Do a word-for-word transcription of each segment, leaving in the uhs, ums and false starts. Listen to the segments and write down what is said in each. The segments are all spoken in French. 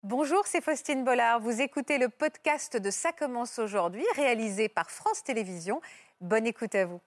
Bonjour, c'est Faustine Bollard. Vous écoutez le podcast de Ça commence aujourd'hui, réalisé par France Télévisions. Bonne écoute à vous.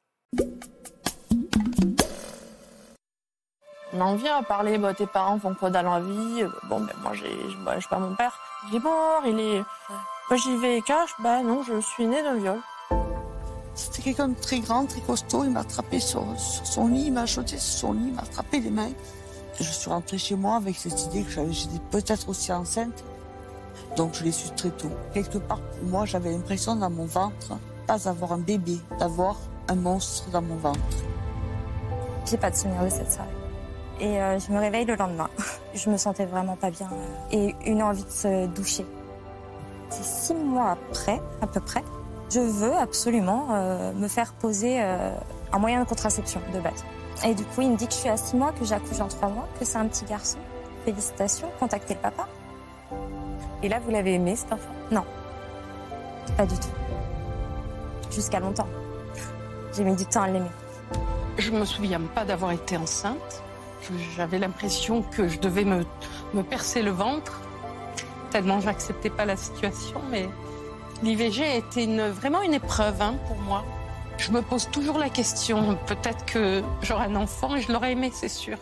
On en vient à parler, bah, tes parents font quoi dans la vie? Bon, ben moi, j'ai, bah, je sais pas, mon père, il est mort, il est... Moi, j'y vais cash, ben non, je suis née d'un viol. C'était quelqu'un de très grand, très costaud, il m'a attrapé sur, sur son lit, il m'a jeté sur son lit, il m'a attrapé les mains. Je suis rentrée chez moi avec cette idée que j'avais, j'étais peut-être aussi enceinte. Donc je l'ai su très tôt. Quelque part, pour moi, j'avais l'impression dans mon ventre, pas d'avoir un bébé, d'avoir un monstre dans mon ventre. J'ai pas de souvenir de cette soirée. Et euh, je me réveille le lendemain. Je me sentais vraiment pas bien. Et une envie de se doucher. C'est six mois après, à peu près, je veux absolument euh, me faire poser euh, un moyen de contraception de base. Et du coup, il me dit que je suis à six mois, que j'accouche en trois mois, que c'est un petit garçon. Félicitations, contactez le papa. Et là, vous l'avez aimé, cet enfant? Non, pas du tout. Jusqu'à longtemps. J'ai mis du temps à l'aimer. Je me souviens pas d'avoir été enceinte. J'avais l'impression que je devais me, me percer le ventre, tellement j'acceptais pas la situation, mais l'I V G a été une, vraiment une épreuve hein, pour moi. Je me pose toujours la question, peut-être que j'aurai un enfant et je l'aurais aimé, c'est sûr.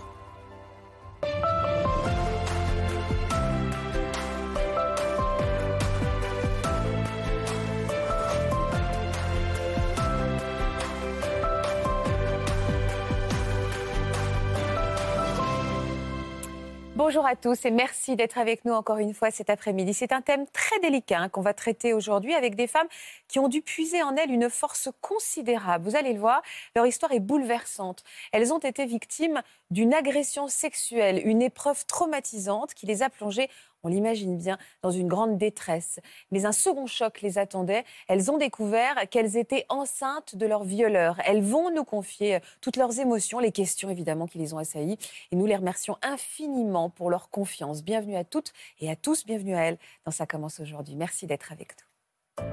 Bonjour à tous et merci d'être avec nous encore une fois cet après-midi. C'est un thème très délicat hein, qu'on va traiter aujourd'hui avec des femmes qui ont dû puiser en elles une force considérable. Vous allez le voir, leur histoire est bouleversante. Elles ont été victimes d'une agression sexuelle, une épreuve traumatisante qui les a plongées, on l'imagine bien, dans une grande détresse. Mais un second choc les attendait. Elles ont découvert qu'elles étaient enceintes de leur violeur. Elles vont nous confier toutes leurs émotions, les questions évidemment qui les ont assaillies. Et nous les remercions infiniment pour leur confiance. Bienvenue à toutes et à tous, bienvenue à elles dans Ça commence aujourd'hui. Merci d'être avec nous.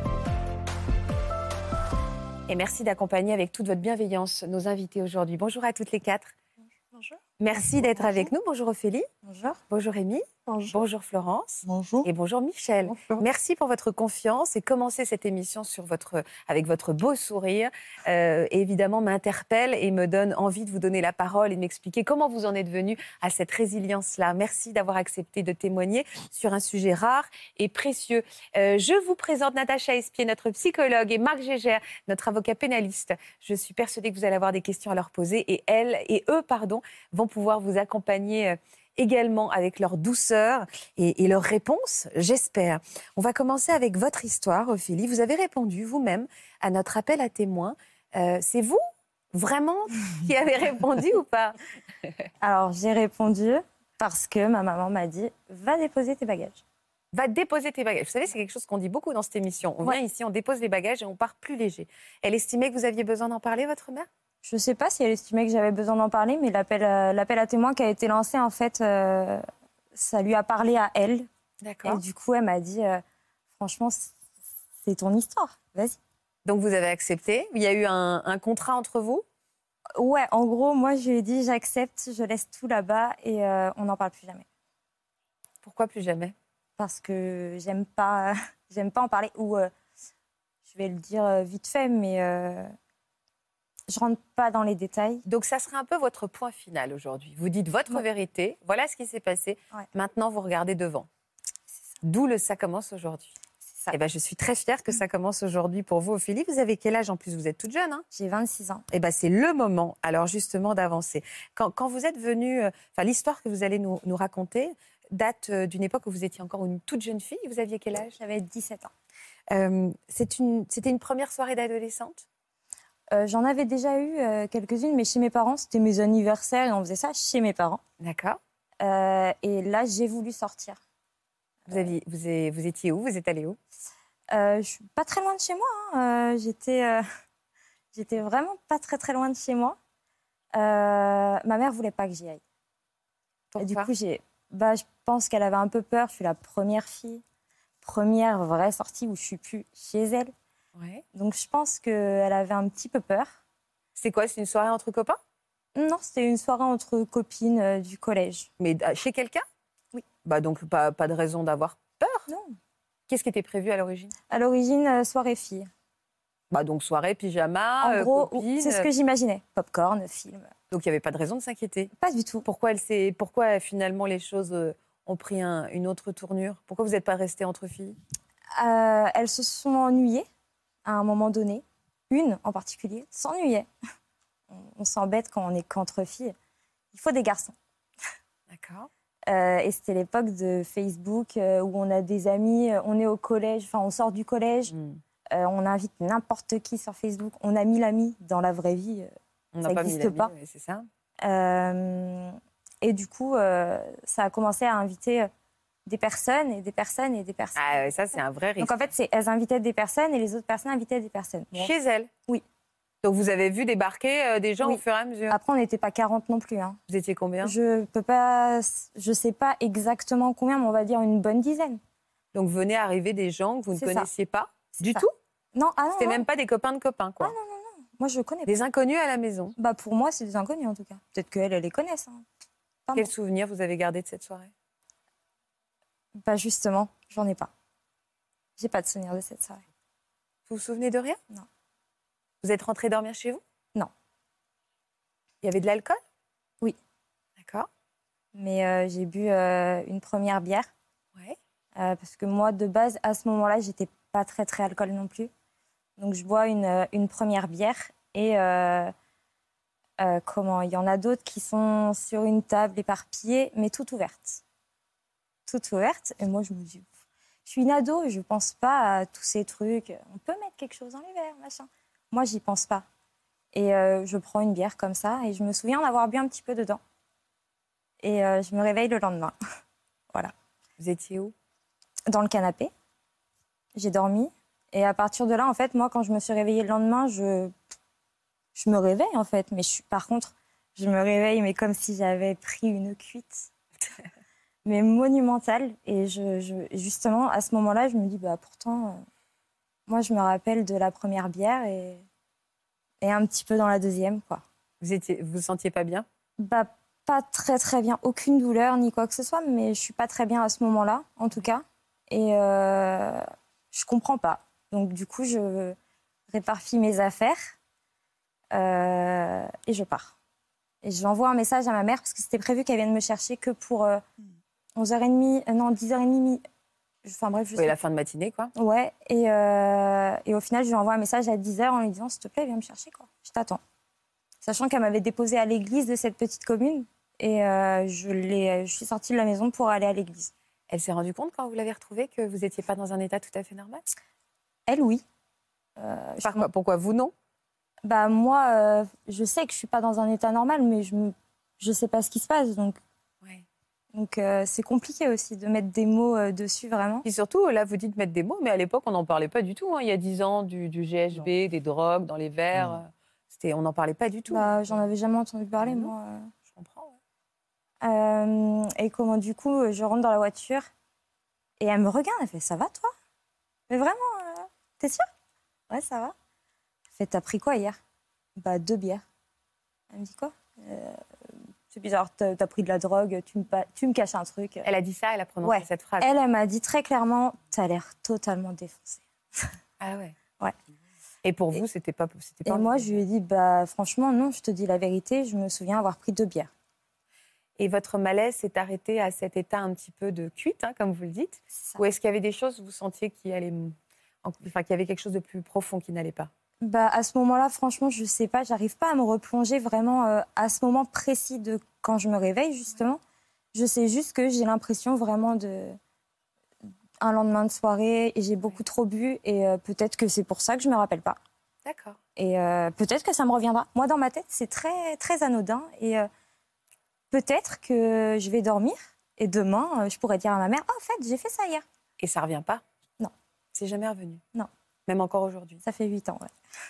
Et merci d'accompagner avec toute votre bienveillance nos invités aujourd'hui. Bonjour à toutes les quatre. Bonjour. Merci d'être Bonjour. Avec nous. Bonjour Ophélie. Bonjour. Bonjour Rémi. Bonjour. Bonjour Florence. Bonjour. Et bonjour Michel. Bonjour. Merci pour votre confiance et commencer cette émission sur votre, avec votre beau sourire. Euh, et évidemment, m'interpelle et me donne envie de vous donner la parole et de m'expliquer comment vous en êtes venu à cette résilience-là. Merci d'avoir accepté de témoigner sur un sujet rare et précieux. Euh, je vous présente Natacha Espier, notre psychologue, et Marc Gégère, notre avocat pénaliste. Je suis persuadée que vous allez avoir des questions à leur poser et elles et eux, pardon, vont pouvoir vous accompagner également avec leur douceur et, et leurs réponses, j'espère. On va commencer avec votre histoire, Ophélie. Vous avez répondu vous-même à notre appel à témoins. Euh, c'est vous, vraiment, qui avez répondu ou pas? Alors, j'ai répondu parce que ma maman m'a dit « Va déposer tes bagages ». Va déposer tes bagages. Vous savez, c'est quelque chose qu'on dit beaucoup dans cette émission. On ouais. vient ici, on dépose les bagages et on part plus léger. Elle estimait que vous aviez besoin d'en parler, votre mère? Je ne sais pas si elle estimait que j'avais besoin d'en parler, mais l'appel, euh, l'appel à témoins qui a été lancé, en fait, euh, ça lui a parlé à elle. D'accord. Et du coup, elle m'a dit euh, « Franchement, c'est ton histoire, vas-y ». Donc, vous avez accepté. Il y a eu un, un contrat entre vous? Ouais, en gros, moi, je lui ai dit « J'accepte, je laisse tout là-bas et euh, on n'en parle plus jamais ». Pourquoi plus jamais? Parce que j'aime pas, j'aime pas en parler. Ou, euh, je vais le dire vite fait, mais... Euh, je ne rentre pas dans les détails. Donc, ça serait un peu votre point final aujourd'hui. Vous dites votre ouais. vérité, voilà ce qui s'est passé. Ouais. Maintenant, vous regardez devant. D'où le Ça commence aujourd'hui. Eh ben, je suis très fière que ça commence aujourd'hui pour vous, Ophélie. Vous avez quel âge en plus? Vous êtes toute jeune, hein? J'ai vingt-six ans. Eh ben, c'est le moment, alors justement, d'avancer. Quand, quand vous êtes venue, euh, enfin, l'histoire que vous allez nous, nous raconter date euh, d'une époque où vous étiez encore une toute jeune fille. Vous aviez quel âge? J'avais dix-sept ans. Euh, c'est une, c'était une première soirée d'adolescente? Euh, j'en avais déjà eu euh, quelques-unes, mais chez mes parents, c'était mes anniversaires et on faisait ça chez mes parents. D'accord. Euh, et là, j'ai voulu sortir. Vous, aviez, vous, avez, vous étiez où? Vous êtes allée où? euh, Je suis pas très loin de chez moi. Hein. Euh, j'étais, euh, j'étais vraiment pas très très loin de chez moi. Euh, ma mère voulait pas que j'y aille. Pourquoi? Et du coup, j'ai, bah, je pense qu'elle avait un peu peur. Je suis la première fille, première vraie sortie où je suis plus chez elle. Ouais. Donc, je pense qu'elle avait un petit peu peur. C'est quoi? C'est une soirée entre copains? Non, c'était une soirée entre copines euh, du collège. Mais euh, chez quelqu'un? Oui. Bah donc pas, pas de raison d'avoir peur. Non. Qu'est-ce qui était prévu à l'origine? À l'origine, euh, soirée fille. Bah donc soirée, pyjama, En euh, gros, copine. c'est ce que j'imaginais. Popcorn, film. Donc il n'y avait pas de raison de s'inquiéter. Pas du tout. Pourquoi, elle s'est... Pourquoi finalement les choses euh, ont pris un- une autre tournure? Pourquoi vous n'êtes pas restés entre filles? Euh, elles se sont ennuyées à un moment donné. Une en particulier s'ennuyait. On, on s'embête quand on est qu'entre filles. Il faut des garçons. D'accord. Euh, et c'était l'époque de Facebook euh, où on a des amis, euh, on est au collège, enfin on sort du collège, Mm. euh, on invite n'importe qui sur Facebook. On a mille amis dans la vraie vie. euh, On Ça n'a pas mis existe la pas. vie, ouais, c'est ça. Euh, et du coup, euh, ça a commencé à inviter des personnes et des personnes et des personnes. Ah ouais, ça c'est un vrai risque. Donc en fait, c'est, elles invitaient des personnes et les autres personnes invitaient des personnes. Bon. Chez elle? Oui. Donc vous avez vu débarquer euh, des gens Oui. au fur et à mesure? Après, on n'était pas quarante non plus. Hein. Vous étiez combien? Je peux pas, je sais pas exactement combien, mais on va dire une bonne dizaine. Donc venaient arriver des gens que vous ne C'est ça. connaissiez pas C'est du ça. tout? Non, ah non, C'était non. même pas des copains de copains, quoi. Ah non, non, non. Moi, je connais pas. Des inconnus à la maison. Bah, pour moi, c'est des inconnus, en tout cas. Peut-être qu'elles, elles les connaissent. Hein. Pas Quel moi. souvenir vous avez gardé de cette soirée? Bah, justement, j'en ai pas. J'ai pas de souvenir de cette soirée. Vous vous souvenez de rien? Non. Vous êtes rentré dormir chez vous? Non. Il y avait de l'alcool? Oui. D'accord. Mais euh, j'ai bu euh, une première bière. Ouais. Euh, parce que moi, de base, à ce moment-là, j'étais pas très, très alcool non plus. Donc, je bois une, euh, une première bière. Et euh, euh, comment il y en a d'autres qui sont sur une table éparpillée, mais toutes ouvertes. Toutes ouvertes. Et moi, je me dis, je suis une ado, je pense pas à tous ces trucs. On peut mettre quelque chose dans les verres, machin. Moi, j'y pense pas. Et euh, je prends une bière comme ça. Et je me souviens d'avoir bu un petit peu dedans. Et euh, je me réveille le lendemain. Voilà. Vous étiez où? Dans le canapé. J'ai dormi. Et à partir de là, en fait, moi, quand je me suis réveillée le lendemain, je, je me réveille, en fait. Mais je suis... par contre, je me réveille, mais comme si j'avais pris une cuite. Mais monumentale. Et je, je... justement, à ce moment-là, je me dis, bah, pourtant, euh, moi, je me rappelle de la première bière et, et un petit peu dans la deuxième, quoi. Vous étiez, vous vous sentiez pas bien? Bah, pas très, très bien. Aucune douleur ni quoi que ce soit, mais je suis pas très bien à ce moment-là, en tout cas. Et euh, je comprends pas. Donc, du coup, je réparpille mes affaires euh, et je pars. Et j'envoie un message à ma mère parce que c'était prévu qu'elle vienne me chercher que pour euh, onze heures trente, euh, non, dix heures trente. Enfin bref, je Oui, sais la fin de matinée, quoi. Ouais, et, euh, et au final, je lui envoie un message à dix heures en lui disant « S'il te plaît, viens me chercher, quoi. Je t'attends. » Sachant qu'elle m'avait déposée à l'église de cette petite commune et euh, je, l'ai, je suis sortie de la maison pour aller à l'église. Elle s'est rendue compte, quand vous l'avez retrouvée, que vous n'étiez pas dans un état tout à fait normal? Elle, oui. Euh, je- Pourquoi, pourquoi vous, non? Bah, moi, euh, je sais que je suis pas dans un état normal, mais je ne je sais pas ce qui se passe. Donc, Ouais. donc euh, c'est compliqué aussi de mettre des mots euh, dessus, vraiment. Puis surtout, là, vous dites mettre des mots, mais à l'époque, on n'en parlait pas du tout. Hein. Il y a dix ans, du, du G H B, des drogues dans les verres. Non. C'était, on n'en parlait pas du tout. Bah, j'en avais jamais entendu parler, Ah non. moi. euh. Je comprends. Ouais. Euh, et comment, du coup, je rentre dans la voiture et elle me regarde, elle fait « Ça va, toi ?» Mais vraiment, euh, t'es sûre? Ouais, ça va. Elle fait « T'as pris quoi hier ?» Bah, deux bières. Elle me dit « Quoi euh, C'est bizarre, t'as, t'as pris de la drogue, tu me, pa- tu me caches un truc. » Elle a dit ça, elle a prononcé Ouais. cette phrase. Elle, elle m'a dit très clairement « T'as l'air totalement défoncée. Ah ouais. Ouais. Et pour vous, c'était pas, c'était » Et pas. moi, je lui ai dit « Bah, franchement, non, je te dis la vérité, je me souviens avoir pris deux bières. » Et votre malaise s'est arrêté à cet état un petit peu de cuite, hein, comme vous le dites. C'est ça. Ou est-ce qu'il y avait des choses où vous sentiez qu'il y allait, enfin, qu'il y avait quelque chose de plus profond qui n'allait pas? Bah, à ce moment-là, franchement, je sais pas, j'arrive pas à me replonger vraiment euh, à ce moment précis de quand je me réveille, justement. Je sais juste que j'ai l'impression vraiment de un lendemain de soirée et j'ai beaucoup trop bu et euh, peut-être que c'est pour ça que je me rappelle pas. D'accord. Et euh, peut-être que ça me reviendra. Moi, dans ma tête, c'est très, très anodin et euh, peut-être que je vais dormir et demain, euh, je pourrais dire à ma mère, ah, en fait, j'ai fait ça hier. Et ça revient pas? Non. C'est jamais revenu? Non. Même encore aujourd'hui? Ça fait huit ans, ouais.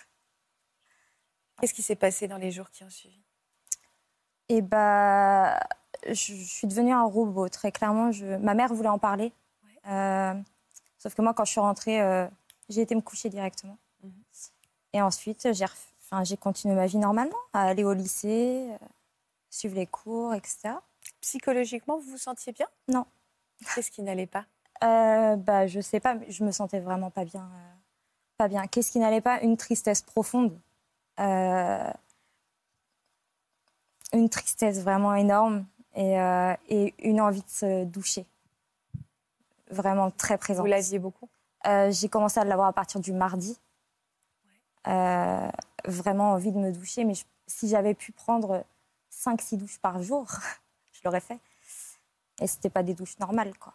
Qu'est-ce qui s'est passé dans les jours qui ont suivi? Et bah, je, je suis devenue un robot, très clairement. Je... Ma mère voulait en parler. Ouais. Euh, sauf que moi, quand je suis rentrée, euh, j'ai été me coucher directement. Mhm. Et ensuite, j'ai, ref... enfin, j'ai continué ma vie normalement, à aller au lycée, euh, suivre les cours, et cetera. Psychologiquement, vous vous sentiez bien? Non. Qu'est-ce qui n'allait pas? euh, bah, Je sais pas, mais je me sentais vraiment pas bien. euh, pas bien. Qu'est-ce qui n'allait pas? Une tristesse profonde. Euh, une tristesse vraiment énorme et, euh, et une envie de se doucher. Vraiment très présente. Vous l'aviez beaucoup? Euh, j'ai commencé à l'avoir à partir du mardi. Euh, vraiment envie de me doucher, mais je, si j'avais pu prendre cinq six douches par jour, je l'aurais fait. Et c'était pas des douches normales, quoi.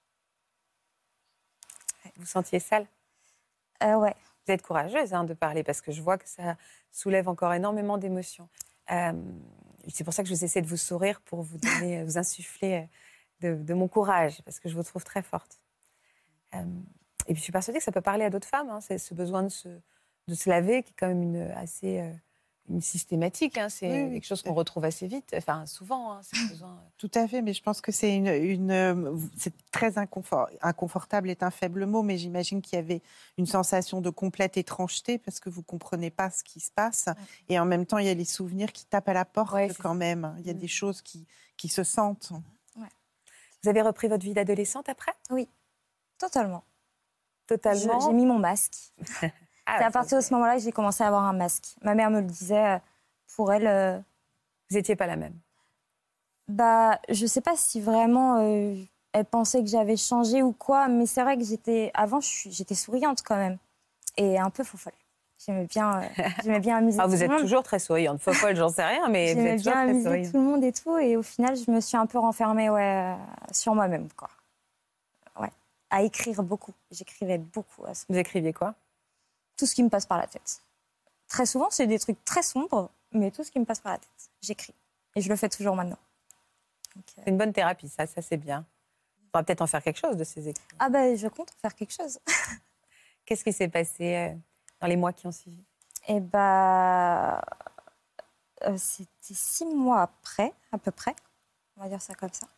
Vous sentiez sale? Euh, ouais. Vous êtes courageuse hein, de parler parce que je vois que ça soulève encore énormément d'émotions. Euh, c'est pour ça que je vais essayer de vous sourire pour vous donner, vous insuffler de, de mon courage parce que je vous trouve très forte. Euh, et puis je suis persuadée que ça peut parler à d'autres femmes. Hein, c'est ce besoin de se, de se laver qui est quand même une assez euh, une systématique. Hein, c'est oui, oui, quelque chose qu'on retrouve assez vite, enfin souvent. Hein, c'est besoin. Tout à fait, mais je pense que c'est une, une c'est très inconfort, inconfortable est un faible mot, mais j'imagine qu'il y avait une sensation de complète étrangeté parce que vous comprenez pas ce qui se passe, ouais. Et en même temps il y a les souvenirs qui tapent à la porte ouais, quand même. Il y a mmh. des choses qui qui se sentent. Ouais. Vous avez repris votre vie d'adolescente après? Oui, totalement. Totalement. Je, j'ai mis mon masque. Ah, c'est à partir de ce moment-là que j'ai commencé à avoir un masque. Ma mère me le disait. Pour elle, euh... vous n'étiez pas la même. Bah, je sais pas si vraiment euh, elle pensait que j'avais changé ou quoi, mais c'est vrai que j'étais avant, je suis, j'étais souriante quand même et un peu fofolle. J'aimais bien, euh, j'aimais bien amuser. Ah, vous tout êtes le monde. toujours très souriante, fofolle, j'en sais rien, mais j'aimais vous êtes bien toujours amuser très souriante. tout le monde et tout, et au final, je me suis un peu renfermée, ouais, euh, sur moi-même, quoi. Ouais, à écrire beaucoup. J'écrivais beaucoup. À ce vous écriviez quoi? Tout ce qui me passe par la tête. Très souvent, c'est des trucs très sombres, mais tout ce qui me passe par la tête, j'écris. Et je le fais toujours maintenant. Donc, euh... C'est une bonne thérapie, ça, ça c'est bien. On va peut-être en faire quelque chose de ces écrits. Ah ben, je compte en faire quelque chose. Qu'est-ce qui s'est passé euh, dans les mois qui ont suivi? Eh ben, euh, c'était six mois après, à peu près. On va dire ça comme ça.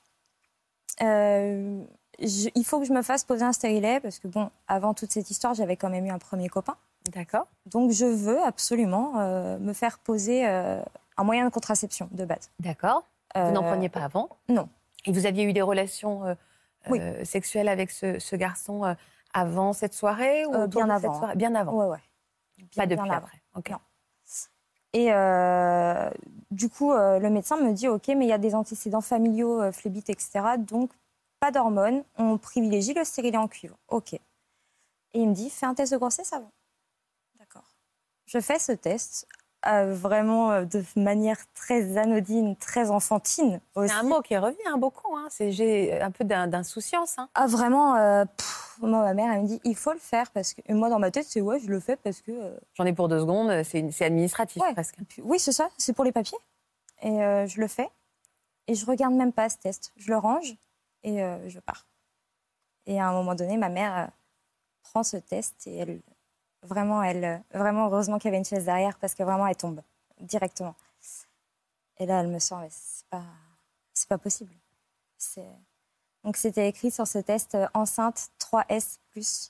Euh, je, il faut que je me fasse poser un stérilet, parce que bon, avant toute cette histoire, j'avais quand même eu un premier copain. D'accord. Donc, je veux absolument euh, me faire poser euh, un moyen de contraception de base. D'accord. Vous euh, n'en preniez pas avant? Non. Et vous aviez eu des relations euh, oui. euh, sexuelles avec ce, ce garçon euh, avant cette soirée ou euh, Bien avant. Cette soirée bien avant. Ouais, ouais. Bien, pas depuis bien après. Okay. Non. Et euh, du coup, euh, le médecin me dit, OK, mais il y a des antécédents familiaux, euh, phlébites, et cetera. Donc, pas d'hormones. On privilégie le stérilet en cuivre. OK. Et il me dit, fais un test de grossesse avant. D'accord. Je fais ce test, euh, vraiment euh, de manière très anodine, très enfantine aussi. C'est un mot qui revient hein, beaucoup. Hein. C'est, j'ai un peu d'in, d'insouciance. Hein. Ah, vraiment, euh, pff, moi, ma mère, elle me dit, il faut le faire. Parce que et moi, dans ma tête, c'est ouais, je le fais parce que... Euh... J'en ai pour deux secondes, c'est, c'est administratif ouais. presque. Puis, oui, c'est ça, c'est pour les papiers. Et euh, je le fais. Et je regarde même pas ce test. Je le range et euh, je pars. Et à un moment donné, ma mère euh, prend ce test et elle... Vraiment, elle, vraiment, heureusement qu'il y avait une chaise derrière parce que vraiment, elle tombe directement. Et là, elle me sort, mais c'est pas, c'est pas possible. C'est... Donc, c'était écrit sur ce test euh, enceinte trois S plus.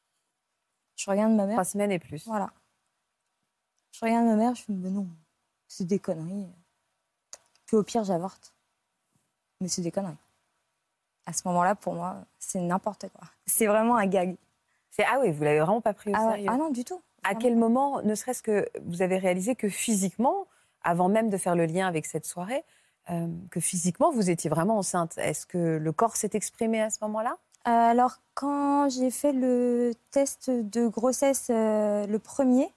Je regarde ma mère. Trois semaines et plus. Voilà. Je regarde ma mère, je me dis, mais non, c'est des conneries. Puis au pire, j'avorte. Mais c'est des conneries. À ce moment-là, pour moi, c'est n'importe quoi. C'est vraiment un gag. C'est, ah oui, vous l'avez vraiment pas pris au ah, sérieux. Ah non, du tout. À vraiment. quel moment, ne serait-ce que vous avez réalisé que physiquement, avant même de faire le lien avec cette soirée, euh, que physiquement, vous étiez vraiment enceinte? Est-ce que le corps s'est exprimé à ce moment-là? euh, Alors, quand j'ai fait le test de grossesse, euh, le premier,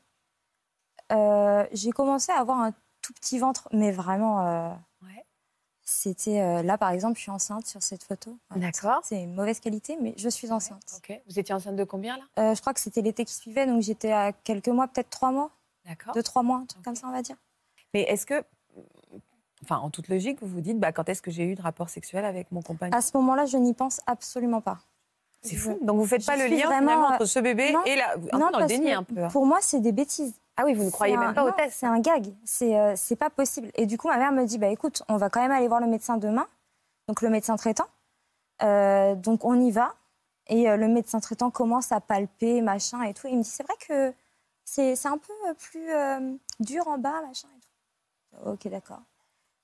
euh, j'ai commencé à avoir un tout petit ventre, mais vraiment... Euh, ouais. C'était euh, là, par exemple, je suis enceinte sur cette photo. D'accord. C'est une mauvaise qualité, mais je suis enceinte. Ouais, ok. Vous étiez enceinte de combien, là? euh, Je crois que c'était l'été qui suivait, donc j'étais à quelques mois, peut-être trois mois. D'accord. Deux, trois mois, un truc okay. comme ça, on va dire. Mais est-ce que, enfin, en toute logique, vous vous dites, bah, quand est-ce que j'ai eu de rapport sexuel avec mon compagnon? À ce moment-là, je n'y pense absolument pas. C'est fou. Donc vous ne faites pas le lien vraiment, finalement entre ce bébé non, et la... Un non, peu dans le déni, un peu. Pour moi, c'est des bêtises. Ah oui, vous ne croyez c'est même un, pas non, au test? C'est un gag. C'est, euh, c'est pas possible. Et du coup, ma mère me dit, bah, écoute, on va quand même aller voir le médecin demain. Donc le médecin traitant. Euh, donc on y va. Et euh, le médecin traitant commence à palper, machin et tout. Et il me dit, c'est vrai que c'est, c'est un peu plus euh, dur en bas, machin et tout. Ok, d'accord.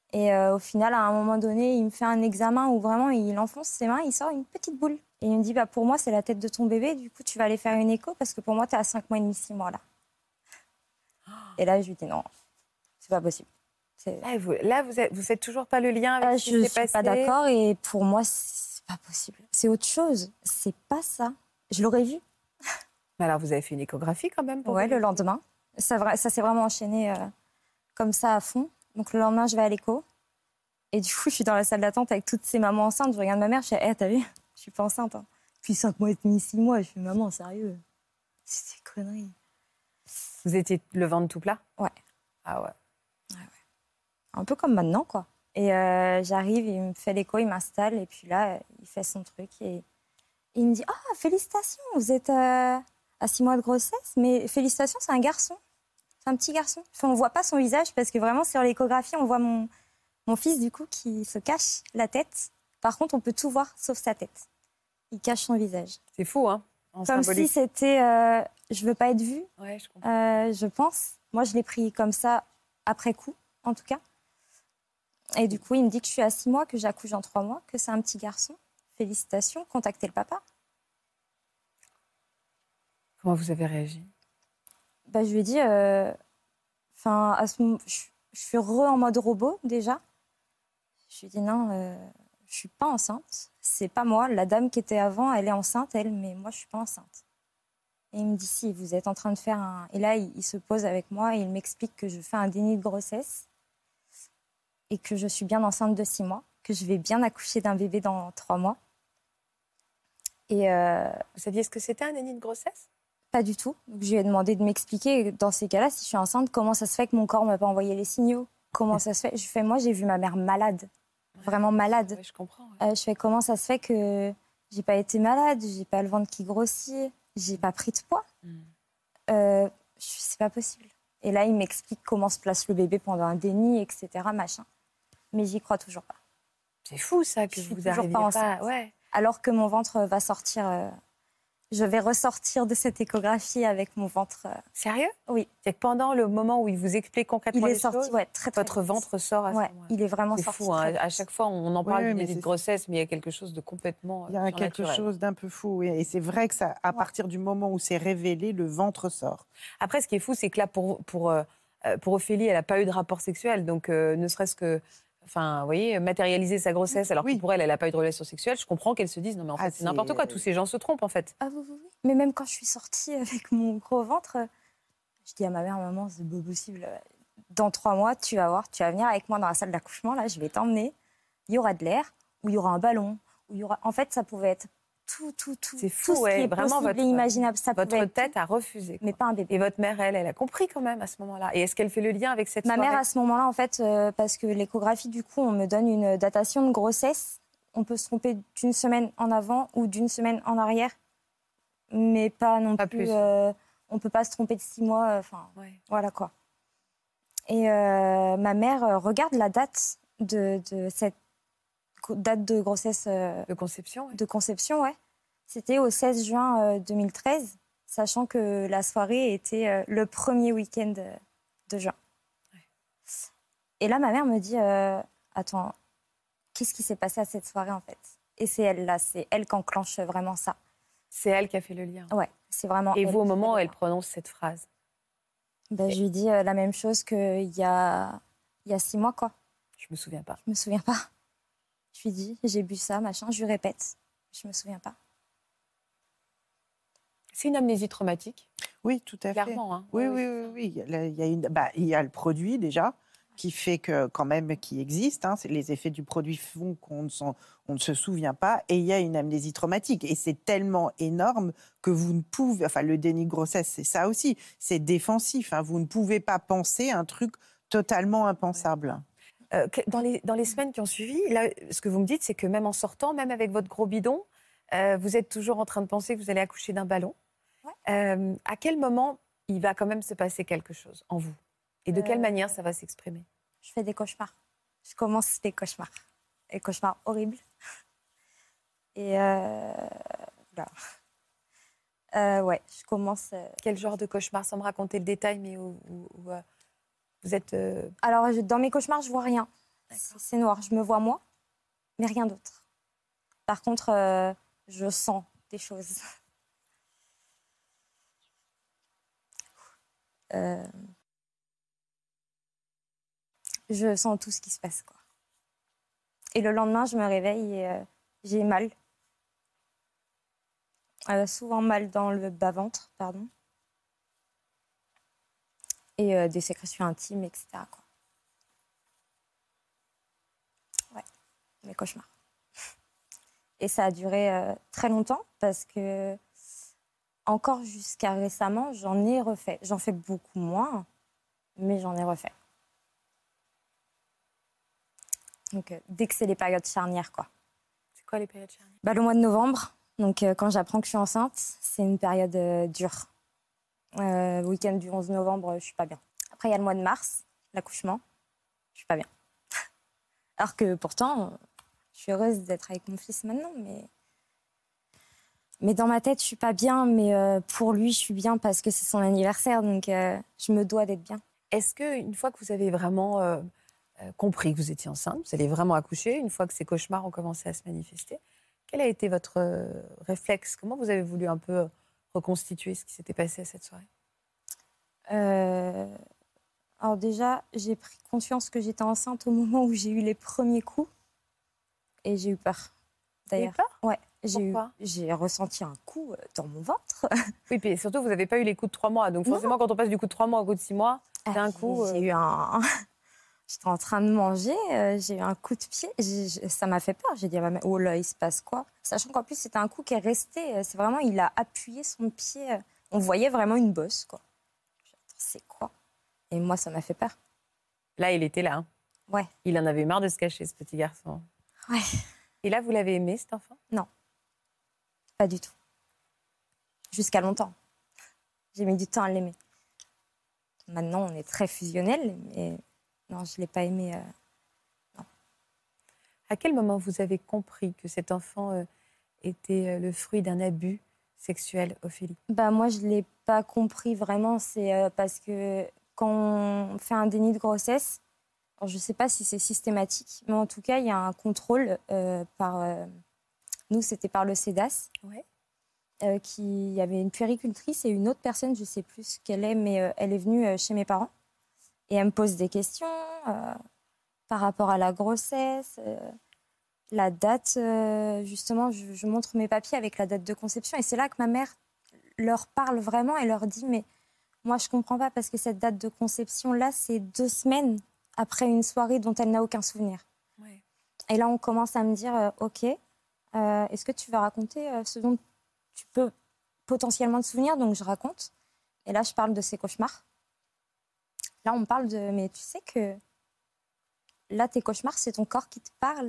Et euh, au final, à un moment donné, il me fait un examen où vraiment, il enfonce ses mains, il sort une petite boule. Et il me dit, bah, pour moi, c'est la tête de ton bébé, du coup, tu vas aller faire une écho parce que pour moi, tu es à cinq mois et demi, six mois là. Et là, je lui dis, non, c'est pas possible. C'est... Ah, vous, là, vous ne faites toujours pas le lien avec Euh, ce qui je s'est suis passé? pas d'accord et pour moi, c'est pas possible. C'est autre chose, c'est pas ça. Je l'aurais vu. Mais alors, vous avez fait une échographie quand même pour Ouais, vérifier? le lendemain. Ça, vra- ça s'est vraiment enchaîné euh, comme ça à fond. Donc le lendemain, je vais à l'écho. Et du coup, je suis dans la salle d'attente avec toutes ces mamans enceintes. Je regarde ma mère, je fais, hé, hey, t'as vu? Je suis pas enceinte. Hein. Puis cinq mois et demi, six mois, je fais, maman, sérieux? C'est des conneries. Vous étiez le ventre tout plat? Ouais. Ah ouais. Un peu comme maintenant, quoi. Et euh, j'arrive, il me fait l'écho, il m'installe, et puis là, il fait son truc. Et il me dit, ah, félicitations, vous êtes euh, à six mois de grossesse, mais félicitations, c'est un garçon. C'est un petit garçon. Enfin, on ne voit pas son visage, parce que vraiment, sur l'échographie, on voit mon, mon fils, du coup, qui se cache la tête. Par contre, on peut tout voir, sauf sa tête. Il cache son visage. C'est fou, hein, en Comme symbolique. si c'était, euh, je veux pas être vue, Ouais, je comprends. euh, je pense. Moi, je l'ai pris comme ça, après coup, en tout cas. Et du coup, il me dit que je suis à six mois, que j'accouche en trois mois, que c'est un petit garçon. Félicitations, contactez le papa. Comment vous avez réagi? Bah, je lui ai dit, euh, à ce moment, je, je suis re en mode robot déjà. Je lui ai dit non, euh, je suis pas enceinte. C'est pas moi. La dame qui était avant, elle est enceinte, elle, mais moi, je suis pas enceinte. Et il me dit si, vous êtes en train de faire un. Et là, il, il se pose avec moi et il m'explique que je fais un déni de grossesse. Et que je suis bien enceinte de six mois, que je vais bien accoucher d'un bébé dans trois mois. Et euh, Vous saviez ce que c'était un déni de grossesse? Pas du tout. Donc, je lui ai demandé de m'expliquer, dans ces cas-là, si je suis enceinte, comment ça se fait que mon corps ne m'a pas envoyé les signaux? Comment ça se fait? Je fais, moi, j'ai vu ma mère malade, vraiment malade. Oui, je comprends. Ouais. Euh, je fais, comment ça se fait que j'ai pas été malade, j'ai pas le ventre qui grossit, j'ai pas pris de poids? Mm. euh, C'est pas possible. Et là, il m'explique comment se place le bébé pendant un déni, et cetera, machin. Mais j'y crois toujours pas. C'est fou, ça, que Je suis vous toujours arriviez pas pas... enceinte. Ouais. Alors que mon ventre va sortir... Euh, je vais ressortir de cette échographie avec mon ventre... Euh, Sérieux? oui. C'est que pendant le moment où il vous explique concrètement il est les sorti, choses, ouais, très, très votre vite. ventre sort à ouais, ce moment-là. il est vraiment C'est sorti fou, hein. très vite. À chaque fois, on en parle Ouais, du mais déni de c'est- grossesse, mais il y a quelque chose de complètement Il y a quelque surnaturel. chose d'un peu fou. oui. Et c'est vrai que ça, à Ouais. partir du moment où c'est révélé, le ventre sort. Après, ce qui est fou, c'est que là, pour, pour, euh, pour Ophélie, elle n'a pas eu de rapport sexuel. Donc, euh, ne serait-ce que, enfin, vous voyez, matérialiser sa grossesse, alors Oui. que pour elle, elle n'a pas eu de relation sexuelle, je comprends qu'elle se dise, non, mais en fait, Ah, c'est n'importe quoi. c'est- Tous ces gens se trompent, en fait. Ah oui, oui, oui. Mais même quand je suis sortie avec mon gros ventre, je dis à ma mère, maman, c'est pas possible. Dans trois mois, tu vas voir, tu vas venir avec moi dans la salle d'accouchement, là, je vais t'emmener. Il y aura de l'air, ou il y aura un ballon, ou il y aura... En fait, ça pouvait être tout, tout, tout. C'est fou, tout ce ouais. qui est Vraiment, possible votre, et imaginable. Ça votre pouvait être tête tout, a refusé. mais quoi. pas un bébé. Et votre mère, elle, elle a compris quand même à ce moment-là. Et est-ce qu'elle fait le lien avec cette Ma soirée? mère, à ce moment-là, en fait, euh, parce que l'échographie, du coup, on me donne une datation de grossesse. On peut se tromper d'une semaine en avant ou d'une semaine en arrière, mais pas non Pas plus. plus. euh, on peut pas se tromper de six mois. Enfin, Ouais. voilà quoi. Et euh, ma mère euh, regarde la date de, de cette gro- date de grossesse, euh, De conception, ouais. de conception, ouais. C'était au seize juin euh, deux mille treize, sachant que la soirée était euh, le premier week-end euh, de juin. Et là, ma mère me dit, euh, attends, qu'est-ce qui s'est passé à cette soirée en fait? Et c'est elle là, c'est elle qui enclenche vraiment ça. C'est elle qui a fait le lien. Ouais, c'est vraiment. Et elle vous, au qui fait moment où le elle lien. prononce cette phrase, Ben, je lui dis euh, la même chose qu'il y a, il y a six mois, quoi. je me souviens pas. Je me souviens pas. Je lui dis, j'ai bu ça, machin. Je lui répète, je me souviens pas. C'est une amnésie traumatique, Oui, tout à fait. clairement. Hein. Oui, Ouais, oui, ouais, oui, oui. Il y a, il y a une, bah, il y a le produit déjà qui fait que quand même qui existe. Hein, c'est les effets du produit font qu'on ne, s'en- on ne se souvient pas. Et il y a une amnésie traumatique. Et c'est tellement énorme que vous ne pouvez. Enfin, le déni de grossesse, c'est ça aussi. C'est défensif. Hein, vous ne pouvez pas penser un truc totalement impensable. Euh, que- dans, les, dans les semaines qui ont suivi, là, ce que vous me dites, c'est que même en sortant, même avec votre gros bidon, euh, vous êtes toujours en train de penser que vous allez accoucher d'un ballon. Ouais. Euh, à quel moment il va quand même se passer quelque chose en vous? Et de quelle Euh, manière ça va s'exprimer? Je fais des cauchemars. Je commence des cauchemars. Des cauchemars horribles. Et euh, là. Euh, ouais, je commence. euh, Quel genre de cauchemar? Sans me raconter le détail, mais où, où- où, euh, vous êtes... euh, Alors, je- dans mes cauchemars, je vois rien. C'est c'est noir. Je me vois moi, mais rien d'autre. Par contre, euh, je sens des choses. Euh, je sens tout ce qui se passe, quoi. Et le lendemain, je me réveille et euh, j'ai mal. Euh, souvent mal dans le bas-ventre, pardon. Et euh, des sécrétions intimes, et cetera, quoi. Ouais, mes cauchemars. Et ça a duré euh, très longtemps parce que, encore jusqu'à récemment, j'en ai refait. J'en fais beaucoup moins, mais j'en ai refait. Donc, euh, dès que c'est les périodes charnières, quoi. C'est quoi les périodes charnières? Bah, le mois de novembre, donc euh, quand j'apprends que je suis enceinte, c'est une période euh, dure. Euh, le week-end du onze novembre, je suis pas bien. Après, il y a le mois de mars, l'accouchement, je suis pas bien. Alors que pourtant, je suis heureuse d'être avec mon fils maintenant, mais mais dans ma tête, je suis pas bien. Mais euh, pour lui, je suis bien parce que c'est son anniversaire, donc euh, je me dois d'être bien. Est-ce qu'une fois que vous avez vraiment euh, euh, compris que vous étiez enceinte, vous allez vraiment accoucher, une fois que ces cauchemars ont commencé à se manifester, quel a été votre euh, réflexe? Comment vous avez voulu un peu reconstituer ce qui s'était passé à cette soirée? Euh, Alors déjà, j'ai pris conscience que j'étais enceinte au moment où j'ai eu les premiers coups. Et j'ai eu peur, d'ailleurs. Vous avez eu peur? Ouais. J'ai eu, Pourquoi? j'ai ressenti un coup euh, dans mon ventre. Oui, puis surtout, vous n'avez pas eu les coups de trois mois. Donc forcément, quand on passe du coup de trois mois au coup de six mois, c'est un coup... J'ai euh, eu un... J'étais en train de manger, euh, j'ai eu un coup de pied. J'ai- j'ai- Ça m'a fait peur. J'ai dit, ah, mais oh là, il se passe quoi? Sachant qu'en plus, c'était un coup qui est resté. euh, C'est vraiment, il a appuyé son pied. euh, On voyait vraiment une bosse, quoi. J'ai dit, attends, c'est quoi? Et moi, ça m'a fait peur. Là, il était là. Hein. Ouais. Il en avait marre de se cacher, ce petit garçon. Ouais. Et là, vous l'avez aimé, cet enfant? Non, pas du tout. Jusqu'à longtemps. J'ai mis du temps à l'aimer. Maintenant, on est très fusionnels, mais non, je ne l'ai pas aimé. euh, À quel moment vous avez compris que cet enfant euh, était euh, le fruit d'un abus sexuel, Ophélie? Bah, moi, je ne l'ai pas compris vraiment. C'est euh, parce que quand on fait un déni de grossesse, alors je ne sais pas si c'est systématique, mais en tout cas, il y a un contrôle euh, par... euh, nous, c'était par le CEDAS. Ouais. Euh, qui il y avait une puéricultrice et une autre personne, je ne sais plus ce qu'elle est, mais euh, elle est venue euh, chez mes parents. Et elle me pose des questions euh, par rapport à la grossesse, euh, la date. euh, justement, je, je montre mes papiers avec la date de conception. Et c'est là que ma mère leur parle vraiment et leur dit, mais moi, je ne comprends pas parce que cette date de conception-là, c'est deux semaines après une soirée dont elle n'a aucun souvenir. Ouais. Et là, on commence à me dire, euh, OK, euh, est-ce que tu vas raconter euh, ce dont tu peux potentiellement te souvenir? Donc, je raconte. Et là, je parle de ces cauchemars. Là, on me parle de... Mais tu sais que là, tes cauchemars, c'est ton corps qui te parle.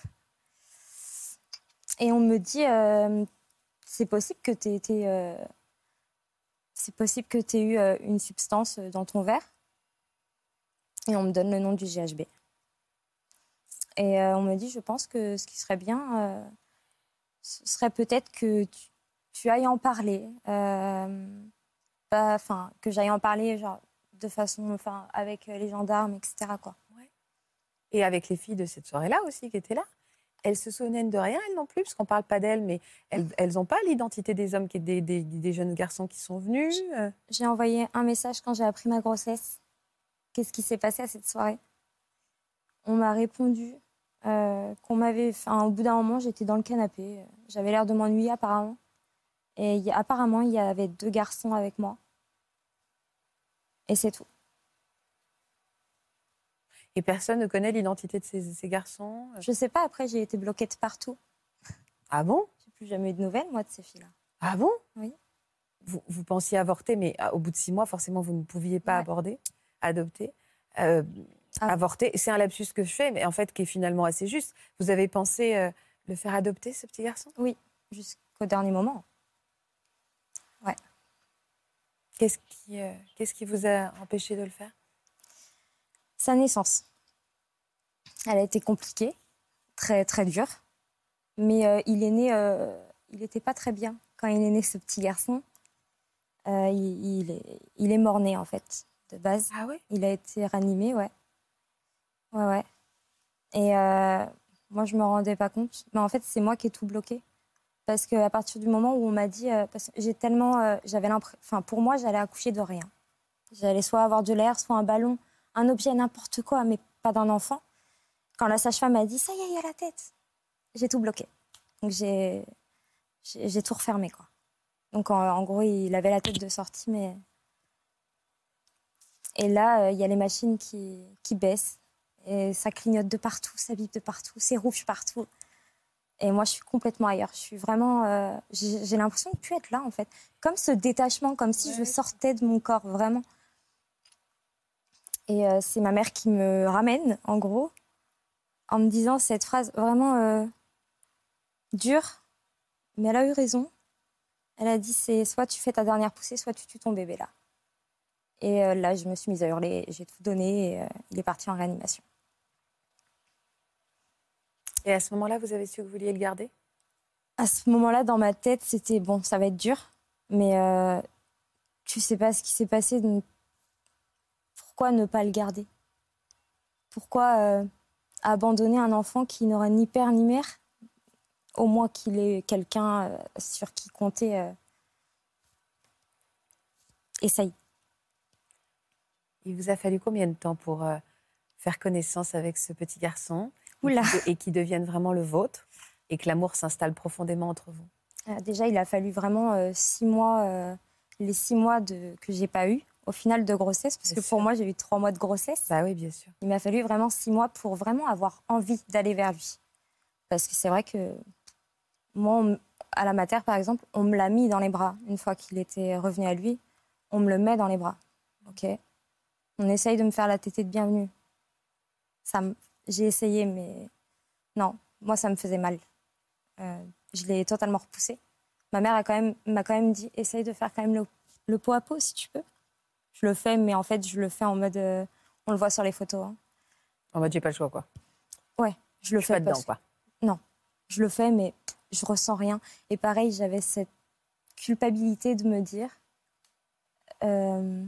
Et on me dit, euh, c'est possible que tu aies été... euh, c'est possible que tu aies eu euh, une substance dans ton verre. Et on me donne le nom du G H B. Et euh, on me dit, je pense que ce qui serait bien, euh, ce serait peut-être que tu, tu ailles en parler. Euh, pas, enfin, que j'aille en parler genre, de façon, enfin, avec les gendarmes, et cetera, quoi. Ouais. Et avec les filles de cette soirée-là aussi qui étaient là, elles se souviennent de rien, elles non plus, parce qu'on ne parle pas d'elles, mais elles n'ont pas l'identité des hommes, qui, des, des, des jeunes garçons qui sont venus. euh. J'ai envoyé un message quand j'ai appris ma grossesse. Qu'est-ce qui s'est passé à cette soirée? On m'a répondu euh, qu'on m'avait... Enfin, au bout d'un moment, j'étais dans le canapé. J'avais l'air de m'ennuyer, apparemment. Et y- apparemment, il y avait deux garçons avec moi. Et c'est tout. Et personne ne connaît l'identité de ces, ces garçons. Je sais pas, après, j'ai été bloquée de partout. Ah bon? J'ai plus jamais eu de nouvelles, moi, de ces filles-là. Ah bon? Oui. Vous, vous pensiez avorter, mais ah, au bout de six mois, forcément, vous ne pouviez pas Ouais. aborder, adopter. Euh, Ah. Avorter, c'est un lapsus que je fais, mais en fait, qui est finalement assez juste. Vous avez pensé euh, le faire adopter, ce petit garçon? Oui, jusqu'au dernier moment. Ouais. Qu'est-ce qui, euh, qu'est-ce qui vous a empêché de le faire? Sa naissance. Elle a été compliquée, très, très dure. Mais euh, il est né... euh, il n'était pas très bien quand il est né, ce petit garçon. Euh, il, il est, il est mort-né, en fait, de base. Ah oui? Il a été ranimé, ouais. Ouais, ouais. Et euh, moi, je me rendais pas compte. Mais en fait, c'est moi qui ai tout bloqué. Parce qu'à partir du moment où on m'a dit... Euh, parce que j'ai tellement... Euh, j'avais l'impression... Enfin, pour moi, j'allais accoucher de rien. J'allais soit avoir de l'air, soit un ballon, un objet, n'importe quoi, mais pas d'un enfant. Quand la sage-femme m'a dit « ça y est, il y a la tête », j'ai tout bloqué. Donc, j'ai, j'ai, j'ai tout refermé, quoi. Donc, en, en gros, il avait la tête de sortie, mais... Et là, il euh, y a les machines qui, qui baissent. Et ça clignote de partout, ça vibre de partout, c'est rouge partout. Et moi, je suis complètement ailleurs. Je suis vraiment... Euh, j'ai, j'ai l'impression de ne plus être là, en fait. Comme ce détachement, comme si ouais. je sortais de mon corps, vraiment. Et euh, c'est ma mère qui me ramène, en gros, en me disant cette phrase vraiment euh, dure, mais elle a eu raison. Elle a dit, c'est soit tu fais ta dernière poussée, soit tu tues ton bébé, là. Et euh, là, je me suis mise à hurler, j'ai tout donné, et euh, il est parti en réanimation. Et à ce moment-là, vous avez su que vous vouliez le garder ? À ce moment-là, dans ma tête, c'était bon, ça va être dur, mais euh, tu sais pas ce qui s'est passé, donc pourquoi ne pas le garder ? Pourquoi euh, abandonner un enfant qui n'aura ni père ni mère ? Au moins qu'il ait quelqu'un euh, sur qui compter. Euh... Essaye. Il vous a fallu combien de temps pour euh, faire connaissance avec ce petit garçon ? Oula. Et qui devienne vraiment le vôtre et que l'amour s'installe profondément entre vous? euh, Déjà, il a fallu vraiment euh, six mois, euh, les six mois de, que j'ai pas eu au final de grossesse, parce bien que sûr. Pour moi, j'ai eu trois mois de grossesse. Bah oui, bien sûr. Il m'a fallu vraiment six mois pour vraiment avoir envie d'aller vers lui. Parce que c'est vrai que moi, on, à la mater, par exemple, on me l'a mis dans les bras. Une fois qu'il était revenu à lui, on me le met dans les bras. Ok. On essaye de me faire la tétée de bienvenue. Ça me... J'ai essayé, mais non, moi, ça me faisait mal. Euh, je l'ai totalement repoussé. Ma mère a quand même, m'a quand même dit, essaye de faire quand même le, le pot à pot, si tu peux. Je le fais, mais en fait, je le fais en mode... Euh, on le voit sur les photos. Hein. En mode, j'ai pas le choix, quoi. Ouais, je le je fais. Pas dedans, quoi. Non, je le fais, mais je ressens rien. Et pareil, j'avais cette culpabilité de me dire... Euh,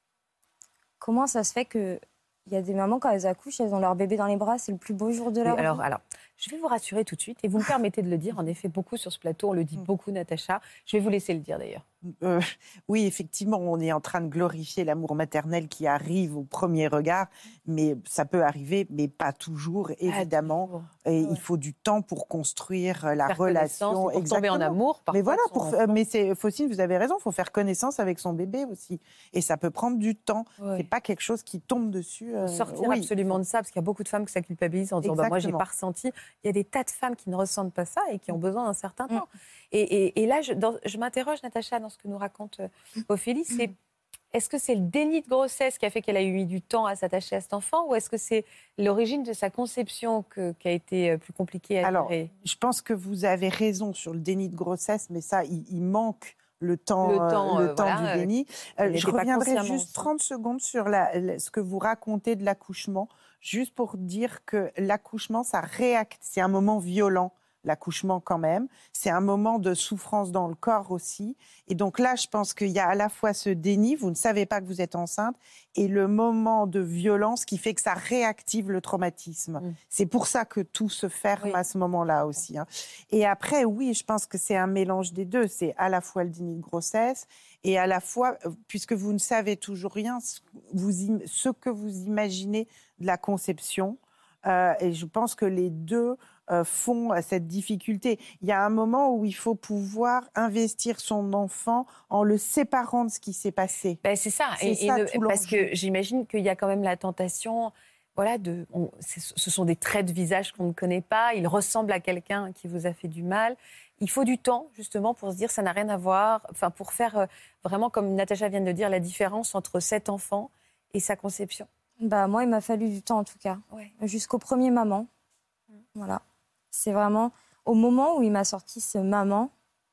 comment ça se fait que... Il y a des mamans, quand elles accouchent, elles ont leur bébé dans les bras, c'est le plus beau jour de leur oui, alors, vie. Alors, je vais vous rassurer tout de suite, et vous me permettez de le dire, en effet, beaucoup sur ce plateau, on le dit beaucoup, Natacha. Je vais vous laisser le dire, d'ailleurs. Euh, oui, effectivement, on est en train de glorifier l'amour maternel qui arrive au premier regard, mais ça peut arriver, mais pas toujours, évidemment. Pas toujours. Et ouais. Il faut du temps pour construire la faire relation. Pour tomber en amour. Mais voilà, pour, mais c'est, Faucine, vous avez raison, il faut faire connaissance avec son bébé aussi. Et ça peut prendre du temps. Ouais. C'est pas quelque chose qui tombe dessus. Euh, sortir oui. absolument de ça, parce qu'il y a beaucoup de femmes qui ça culpabilisent en disant bah, moi, j'ai pas ressenti. Il y a des tas de femmes qui ne ressentent pas ça et qui ont besoin d'un certain mmh. temps. Et, et, et là, je, dans, je m'interroge, Natacha, dans ce que nous raconte euh, Ophélie, c'est est-ce que c'est le déni de grossesse qui a fait qu'elle a eu du temps à s'attacher à cet enfant, ou est-ce que c'est l'origine de sa conception que, qui a été plus compliquée à Alors, gérer ? Je pense que vous avez raison sur le déni de grossesse, mais ça, il, il manque le temps, le temps, euh, le euh, temps voilà, du déni. Euh, je reviendrai juste trente secondes sur la, la, ce que vous racontez de l'accouchement, juste pour dire que l'accouchement, ça réacte, c'est un moment violent. L'accouchement quand même, c'est un moment de souffrance dans le corps aussi. Et donc là, je pense qu'il y a à la fois ce déni, vous ne savez pas que vous êtes enceinte, et le moment de violence qui fait que ça réactive le traumatisme. Mmh. C'est pour ça que tout se ferme oui. à ce moment-là aussi. Hein. Et après, oui, je pense que c'est un mélange des deux. C'est à la fois le déni de grossesse et à la fois, puisque vous ne savez toujours rien, vous, ce que vous imaginez de la conception. Euh, et je pense que les deux euh, font cette difficulté. Il y a un moment où il faut pouvoir investir son enfant en le séparant de ce qui s'est passé. Ben c'est ça. C'est et, ça et tout le, parce l'enjeu. que j'imagine qu'il y a quand même la tentation. Voilà, de, on, ce sont des traits de visage qu'on ne connaît pas. Il ressemble à quelqu'un qui vous a fait du mal. Il faut du temps, justement, pour se dire ça n'a rien à voir. Enfin, pour faire euh, vraiment, comme Natacha vient de le dire, la différence entre cet enfant et sa conception. Bah, moi, il m'a fallu du temps, en tout cas. Ouais. Jusqu'au premier maman. Mmh. Voilà. C'est vraiment au moment où il m'a sorti ce maman,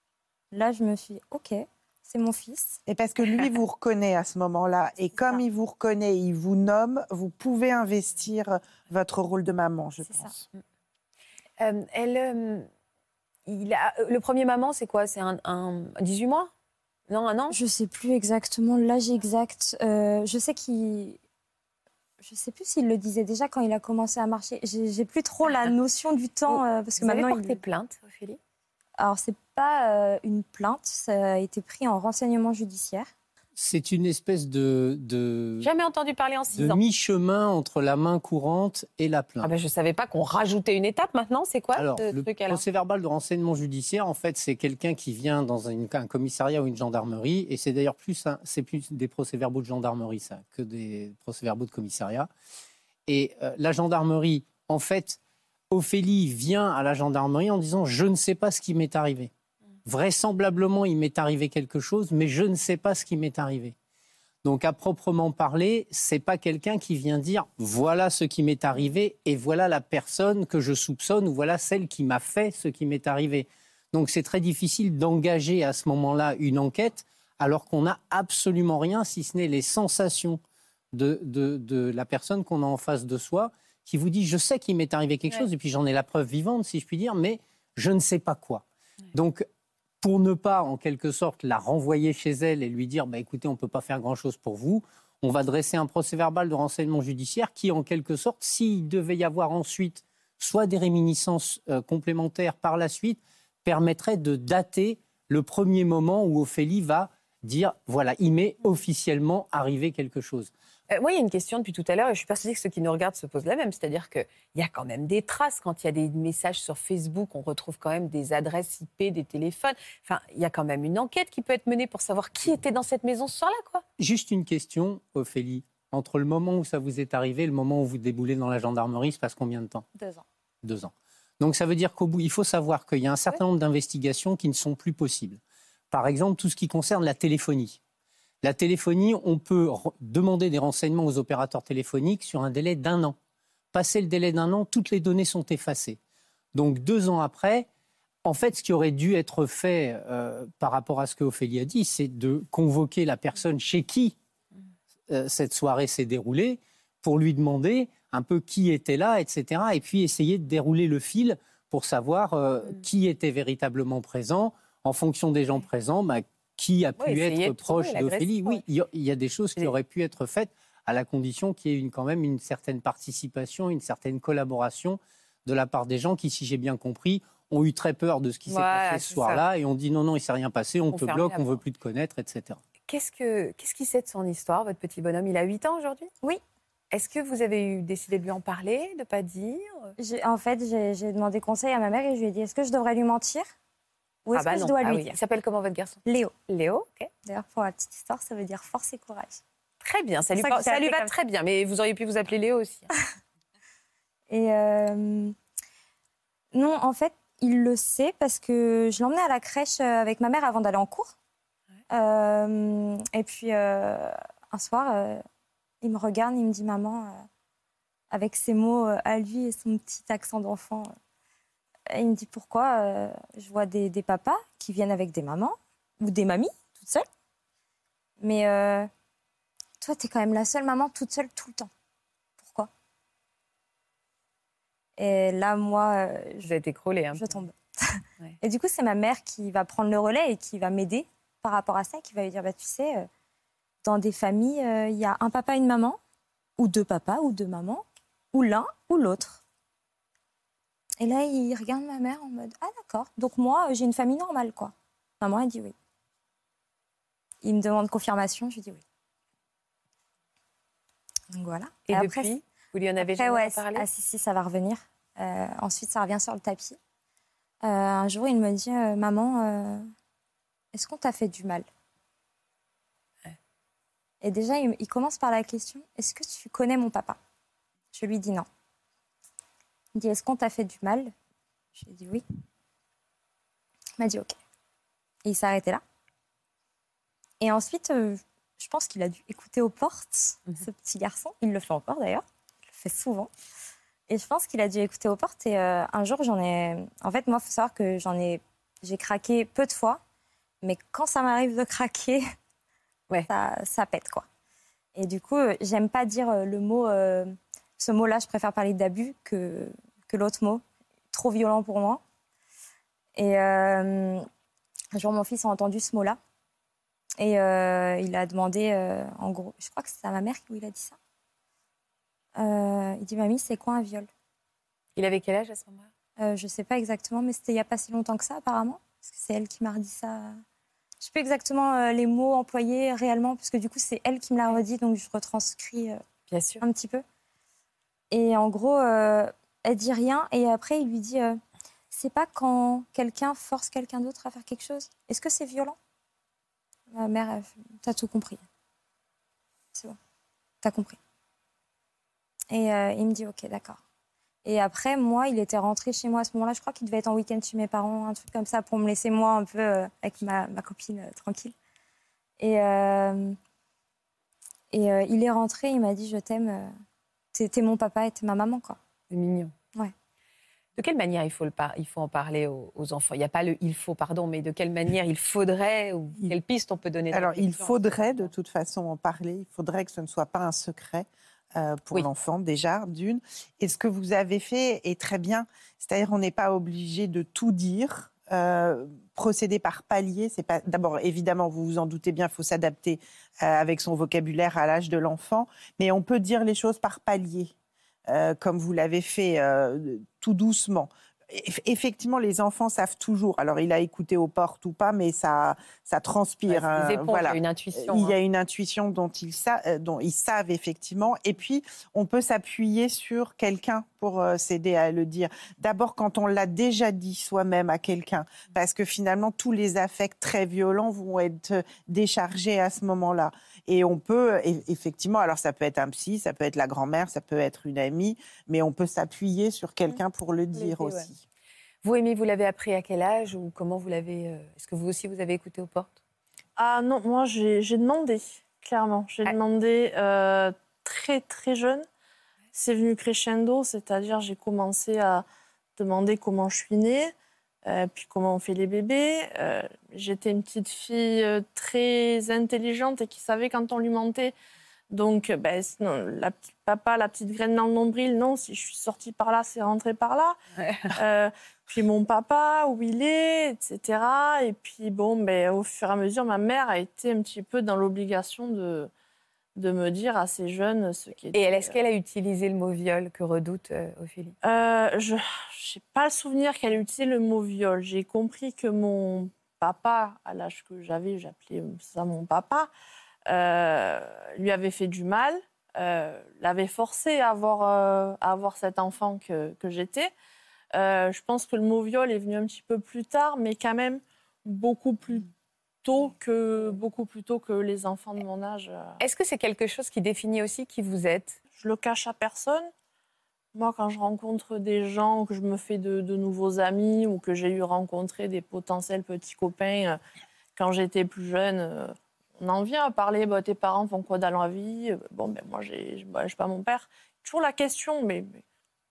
là, je me suis dit, OK, c'est mon fils. Et parce que lui vous reconnaît à ce moment-là. Et comme il vous reconnaît, il vous nomme, vous pouvez investir votre rôle de maman, je c'est pense. Ça. Euh, elle, euh, il a, le premier maman, c'est quoi ? C'est un, un dix-huit mois ? Non, un an ? Je ne sais plus exactement l'âge exact. Euh, je sais qu'il... je ne sais plus s'il le disait déjà quand il a commencé à marcher. J'ai, j'ai plus trop la notion du temps. Euh, parce que Vous maintenant, avez porté il... plainte, Ophélie? Alors, ce n'est pas euh, une plainte, ça a été pris en renseignement judiciaire. C'est une espèce de, de, Jamais entendu parler en six de ans. mi-chemin entre la main courante et la plainte. Ah ben, je ne savais pas qu'on rajoutait une étape maintenant. C'est quoi Alors, ce le truc alors? procès-verbal de renseignement judiciaire, en fait, c'est quelqu'un qui vient dans une- un commissariat ou une gendarmerie, et c'est d'ailleurs plus, un- c'est plus des procès-verbaux de gendarmerie, ça, que des procès-verbaux de commissariat. Et euh, la gendarmerie, en fait, Ophélie vient à la gendarmerie en disant « je ne sais pas ce qui m'est arrivé ». Vraisemblablement, il m'est arrivé quelque chose, mais je ne sais pas ce qui m'est arrivé. Donc, à proprement parler, c'est pas quelqu'un qui vient dire « voilà ce qui m'est arrivé et voilà la personne que je soupçonne ou voilà celle qui m'a fait ce qui m'est arrivé ». Donc, c'est très difficile d'engager à ce moment-là une enquête alors qu'on n'a absolument rien, si ce n'est les sensations de, de, de la personne qu'on a en face de soi qui vous dit « je sais qu'il m'est arrivé quelque ouais. chose et puis j'en ai la preuve vivante, si je puis dire, mais je ne sais pas quoi ouais. ». Donc, pour ne pas, en quelque sorte, la renvoyer chez elle et lui dire bah, « écoutez, on ne peut pas faire grand-chose pour vous », on va dresser un procès-verbal de renseignement judiciaire qui, en quelque sorte, s'il devait y avoir ensuite soit des réminiscences euh, complémentaires par la suite, permettrait de dater le premier moment où Ophélie va dire « voilà, il m'est officiellement arrivé quelque chose ». Euh, moi, il y a une question depuis tout à l'heure et je suis persuadée que ceux qui nous regardent se posent la même. C'est-à-dire qu'il y a quand même des traces. Quand il y a des messages sur Facebook, on retrouve quand même des adresses I P, des téléphones. Enfin, il y a quand même une enquête qui peut être menée pour savoir qui était dans cette maison ce soir-là, quoi. Juste une question, Ophélie. Entre le moment où ça vous est arrivé et le moment où vous déboulez dans la gendarmerie, il se passe combien de temps ? Deux ans. Deux ans. Donc ça veut dire qu'au bout, il faut savoir qu'il y a un certain oui. nombre d'investigations qui ne sont plus possibles. Par exemple, tout ce qui concerne la téléphonie. La téléphonie, on peut re- demander des renseignements aux opérateurs téléphoniques sur un délai d'un an. Passé le délai d'un an, toutes les données sont effacées. Donc deux ans après, en fait, ce qui aurait dû être fait euh, par rapport à ce que Ophélie a dit, c'est de convoquer la personne chez qui euh, cette soirée s'est déroulée pour lui demander un peu qui était là, et cetera. Et puis essayer de dérouler le fil pour savoir euh, mmh. qui était véritablement présent. En fonction des gens présents, bah, qui a pu oui, être proche d'Ophélie. Oui, il y, a, il y a des choses qui oui. auraient pu être faites à la condition qu'il y ait une, quand même une certaine participation, une certaine collaboration de la part des gens qui, si j'ai bien compris, ont eu très peur de ce qui voilà, s'est passé ce soir-là ça. Et ont dit non, non, il ne s'est rien passé, on, on te bloque, on ne veut plus te connaître, et cetera. Qu'est-ce, que, qu'est-ce qu'il sait de son histoire, votre petit bonhomme ? Il a huit ans aujourd'hui ? Oui. Est-ce que vous avez eu, décidé de lui en parler, de ne pas dire ? j'ai, En fait, j'ai, j'ai demandé conseil à ma mère et je lui ai dit, est-ce que je devrais lui mentir ? Ou est-ce ah bah que non. je dois ah lui oui. dire ? Il s'appelle comment votre garçon ? Léo. Léo, ok. D'ailleurs, pour la petite histoire, ça veut dire force et courage. Très bien, ça lui, ça, ça lui va comme... très bien. Mais vous auriez pu vous appeler Léo aussi. et euh... non, en fait, il le sait parce que je l'emmenais à la crèche avec ma mère avant d'aller en cours. Ouais. Euh... Et puis, euh... un soir, euh... il me regarde, il me dit « Maman, euh... avec ses mots euh, à lui et son petit accent d'enfant... Euh... » Et il me dit pourquoi euh, je vois des, des papas qui viennent avec des mamans ou des mamies toutes seules. Mais euh, toi, t'es quand même la seule maman toute seule tout le temps. Pourquoi ? Et là, moi, euh, je vais t'écrouler. Hein. Je tombe. Ouais. Et du coup, c'est ma mère qui va prendre le relais et qui va m'aider par rapport à ça, qui va lui dire bah, tu sais, euh, dans des familles, il euh, y a un papa et une maman, ou deux papas ou deux mamans, ou l'un ou l'autre. Et là, il regarde ma mère en mode « Ah d'accord, donc moi, j'ai une famille normale, quoi. » Maman, elle dit oui. Il me demande confirmation, je lui dis oui. Donc voilà. Et, et après, depuis, vous lui en avez jamais ouais, parlé ? Ah si, si, ça va revenir. Euh, ensuite, ça revient sur le tapis. Euh, un jour, il me dit euh, « Maman, euh, est-ce qu'on t'a fait du mal ?» ouais. Et déjà, il, il commence par la question « Est-ce que tu connais mon papa ?» Je lui dis non. Il me dit, est-ce qu'on t'a fait du mal ? Je lui ai dit oui. Il m'a dit ok. Et il s'est arrêté là. Et ensuite, euh, je pense qu'il a dû écouter aux portes, mmh. ce petit garçon. Il le fait encore d'ailleurs. Il le fait souvent. Et je pense qu'il a dû écouter aux portes. Et euh, un jour, j'en ai... En fait, moi, il faut savoir que j'en ai... j'ai craqué peu de fois. Mais quand ça m'arrive de craquer, ouais. ça, ça pète, quoi. Et du coup, euh, j'aime pas dire euh, le mot... Euh, Ce mot-là, je préfère parler d'abus que, que l'autre mot. Trop violent pour moi. Et euh, un jour, mon fils a entendu ce mot-là. Et euh, il a demandé, euh, en gros, je crois que c'est à ma mère où il a dit ça. Euh, il dit, mamie, c'est quoi un viol? Il avait quel âge à ce moment-là? euh, Je ne sais pas exactement, mais c'était il n'y a pas si longtemps que ça, apparemment. Parce que c'est elle qui m'a redit ça. Je ne sais plus exactement euh, les mots employés réellement, parce que du coup, c'est elle qui me l'a redit, donc je retranscris euh, Bien sûr. un petit peu. Et en gros, euh, elle dit rien, et après, il lui dit, euh, c'est pas quand quelqu'un force quelqu'un d'autre à faire quelque chose? Est-ce que c'est violent? Ma mère, elle fait, t'as tout compris. C'est bon, t'as compris. Et euh, il me dit, ok, d'accord. Et après, moi, il était rentré chez moi à ce moment-là. Je crois qu'il devait être en week-end chez mes parents, un truc comme ça, pour me laisser moi un peu euh, avec ma, ma copine euh, tranquille. Et, euh, et euh, il est rentré, il m'a dit, je t'aime. Euh, t'es, t'es mon papa et t'es ma maman, quoi. C'est mignon. Ouais. De quelle manière il faut, le par- il faut en parler aux, aux enfants? Il n'y a pas le il faut, pardon, mais de quelle manière il faudrait ou Il- quelle piste on peut donner? Alors, il d'inflexion? faudrait de toute façon en parler. Il faudrait que ce ne soit pas un secret euh, pour Oui. l'enfant, déjà, d'une. Et ce que vous avez fait est très bien. C'est-à-dire qu'on n'est pas obligé de tout dire. Euh, procéder par palier, c'est pas. D'abord, évidemment, vous vous en doutez bien, il faut s'adapter euh, avec son vocabulaire à l'âge de l'enfant. Mais on peut dire les choses par palier, euh, comme vous l'avez fait, euh, tout doucement. Eff- Effectivement, les enfants savent toujours. Alors, il a écouté aux portes ou pas, mais ça, ça transpire. Ouais, c'est des hein, éponges, voilà. il y a une intuition. Il y hein. a une intuition dont ils, sa- euh, dont ils savent effectivement. Et puis, on peut s'appuyer sur quelqu'un pour euh, s'aider à le dire. D'abord, quand on l'a déjà dit soi-même à quelqu'un, parce que finalement, tous les affects très violents vont être déchargés à ce moment-là. Et on peut, e- effectivement, alors ça peut être un psy, ça peut être la grand-mère, ça peut être une amie, mais on peut s'appuyer sur quelqu'un pour le dire L'aider, ouais. aussi. Vous, Amy, vous l'avez appris à quel âge ou comment vous l'avez... euh, Est-ce que vous aussi, vous avez écouté aux portes? Ah non, moi j'ai j'ai demandé, clairement. J'ai Ah. demandé euh, très très jeune. C'est venu crescendo, c'est-à-dire j'ai commencé à demander comment je suis née, euh, puis comment on fait les bébés. Euh, J'étais une petite fille euh, très intelligente et qui savait quand on lui mentait. Donc, euh, ben, non, la petite papa, la petite graine dans le nombril, non, si je suis sortie par là, c'est rentré par là. Ouais. Euh, puis mon papa, où il est, et cetera. Et puis, bon, ben, au fur et à mesure, ma mère a été un petit peu dans l'obligation de, de me dire assez jeune ce qui était... Et elle, est-ce qu'elle a utilisé le mot viol que redoute euh, Ophélie? Euh, je n'ai pas le souvenir qu'elle ait utilisé le mot viol. J'ai compris que mon papa, à l'âge que j'avais, j'appelais ça mon papa, euh, lui avait fait du mal, euh, l'avait forcé à avoir, euh, à avoir cet enfant que, que j'étais. Euh, je pense que le mot viol est venu un petit peu plus tard, mais quand même beaucoup plus tôt que, beaucoup plus tôt que les enfants de mon âge. Est-ce que c'est quelque chose qui définit aussi qui vous êtes? Je le cache à personne. Moi, quand je rencontre des gens, ou que je me fais de, de nouveaux amis, ou que j'ai eu rencontré des potentiels petits copains euh, quand j'étais plus jeune, euh, on en vient à parler, bah, tes parents font quoi dans la vie? Bon, ben moi, j'ai, bah, je sais pas, mon père. Toujours la question, mais, mais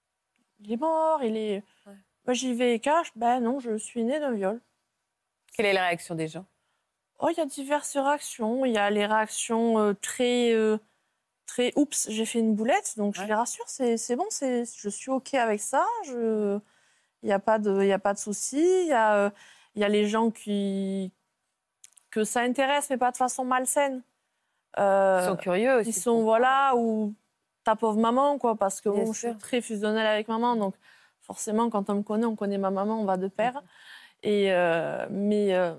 il est mort, il est... Ouais. Moi, j'y vais et cache, ben non, je suis née d'un viol. Quelle est la réaction des gens? Oh, il y a diverses réactions. Il y a les réactions euh, très... euh, très oups, j'ai fait une boulette, donc Ouais. je les rassure, c'est, c'est bon, c'est, je suis OK avec ça, je, il n'y a pas de, il y a pas de souci. Il y a, euh, il y a les gens qui, que ça intéresse, mais pas de façon malsaine. Euh, Ils sont curieux aussi. Ils sont, voilà, ou ta pauvre maman, quoi, parce que Bien bon, je sûr. suis très fusionnelle avec maman, donc forcément, quand on me connaît, on connaît ma maman, on va de pair. Et, euh, mais euh,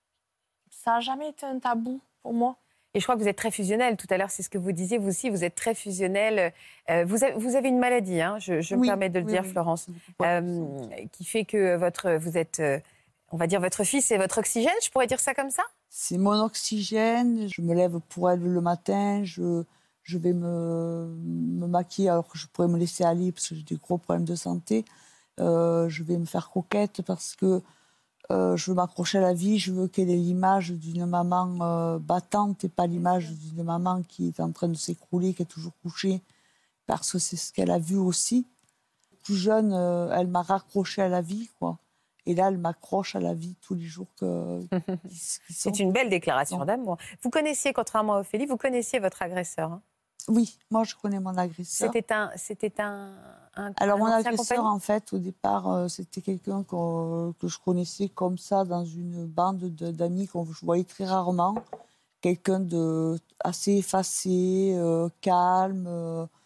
ça n'a jamais été un tabou pour moi. Et je crois que vous êtes très fusionnelle. Tout à l'heure, c'est ce que vous disiez. Vous aussi, vous êtes très fusionnelle. Euh, vous, avez, vous avez une maladie, hein, je, je me Oui, permets de le oui, dire, oui. Florence, Ouais. euh, qui fait que votre, vous êtes, euh, on va dire, votre fils est votre oxygène. Je pourrais dire ça comme ça? C'est mon oxygène. Je me lève pour elle le matin. Je, je vais me, me maquiller alors que je pourrais me laisser aller parce que j'ai des gros problèmes de santé. Euh, je vais me faire coquette parce que euh, je veux m'accrocher à la vie. Je veux qu'elle ait l'image d'une maman euh, battante et pas l'image d'une maman qui est en train de s'écrouler, qui est toujours couchée, parce que c'est ce qu'elle a vu aussi. Plus jeune, euh, elle m'a raccrochée à la vie, quoi. Et là, elle m'accroche à la vie tous les jours que, qui, qui sont. C'est une belle déclaration Non. d'amour. Vous connaissiez, contrairement à Ophélie, vous connaissiez votre agresseur. hein. Oui, moi, je connais mon agresseur. C'était un, c'était un, un, Alors, un mon ancien agresseur, compagnon en fait, au départ, euh, c'était quelqu'un que, que je connaissais comme ça, dans une bande de- d'amis que je voyais très rarement. Quelqu'un de assez effacé, euh, calme, euh,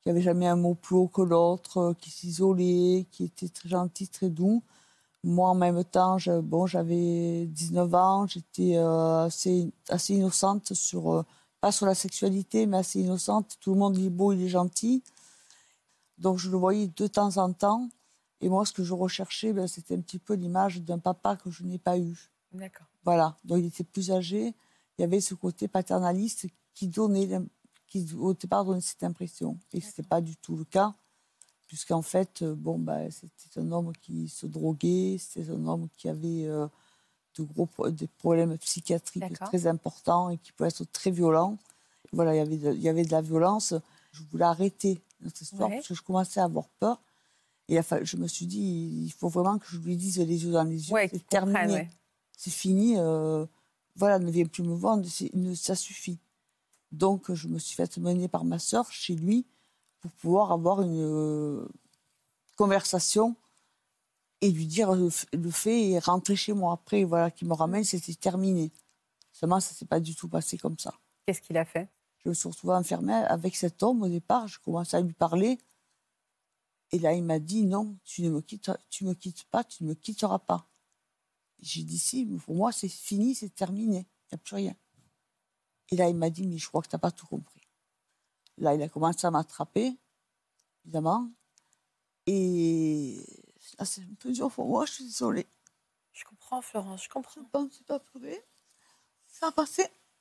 qui n'avait jamais un mot plus haut que l'autre, qui s'isolait, qui était très gentil, très doux. Moi, en même temps, je, bon, j'avais dix-neuf ans, j'étais euh, assez, assez innocente, sur, euh, pas sur la sexualité, mais assez innocente. Tout le monde il est beau, il est gentil. Donc, je le voyais de temps en temps. Et moi, ce que je recherchais, ben, c'était un petit peu l'image d'un papa que je n'ai pas eu. D'accord. Voilà. Donc, il était plus âgé. Il y avait ce côté paternaliste qui, donnait, qui au départ, donnait cette impression. Et ce n'était pas du tout le cas. Puisqu'en fait, bon, ben, c'était un homme qui se droguait, c'était un homme qui avait euh, de gros des problèmes psychiatriques D'accord. très importants et qui pouvaient être très violents. Voilà, il y avait de, il y avait de la violence. Je voulais arrêter notre histoire ouais. parce que je commençais à avoir peur. Et je me suis dit, il faut vraiment que je lui dise les yeux dans les yeux. Ouais, c'est terminé. Ouais. C'est fini. Euh, voilà, ne viens plus me voir, ne, ça suffit. Donc, je me suis fait mener par ma sœur chez lui pour pouvoir avoir une euh, conversation et lui dire le, le fait et rentrer chez moi. Après, voilà, qu'il me ramène, c'était terminé. Seulement, ça ne s'est pas du tout passé comme ça. Qu'est-ce qu'il a fait? Je me suis retrouvée enfermée avec cet homme au départ. Je commençais à lui parler. Et là, il m'a dit, non, tu ne me quittes, tu me quittes pas, tu ne me quitteras pas. J'ai dit, si, pour moi, c'est fini, c'est terminé. Il n'y a plus rien. Et là, il m'a dit, mais je crois que tu n'as pas tout compris. Là, il a commencé à m'attraper, évidemment. Et là, c'est un peu dur pour moi, je suis désolée. Je comprends, Florence, je comprends. Je ne pensais pas pleurer. Ça a passé.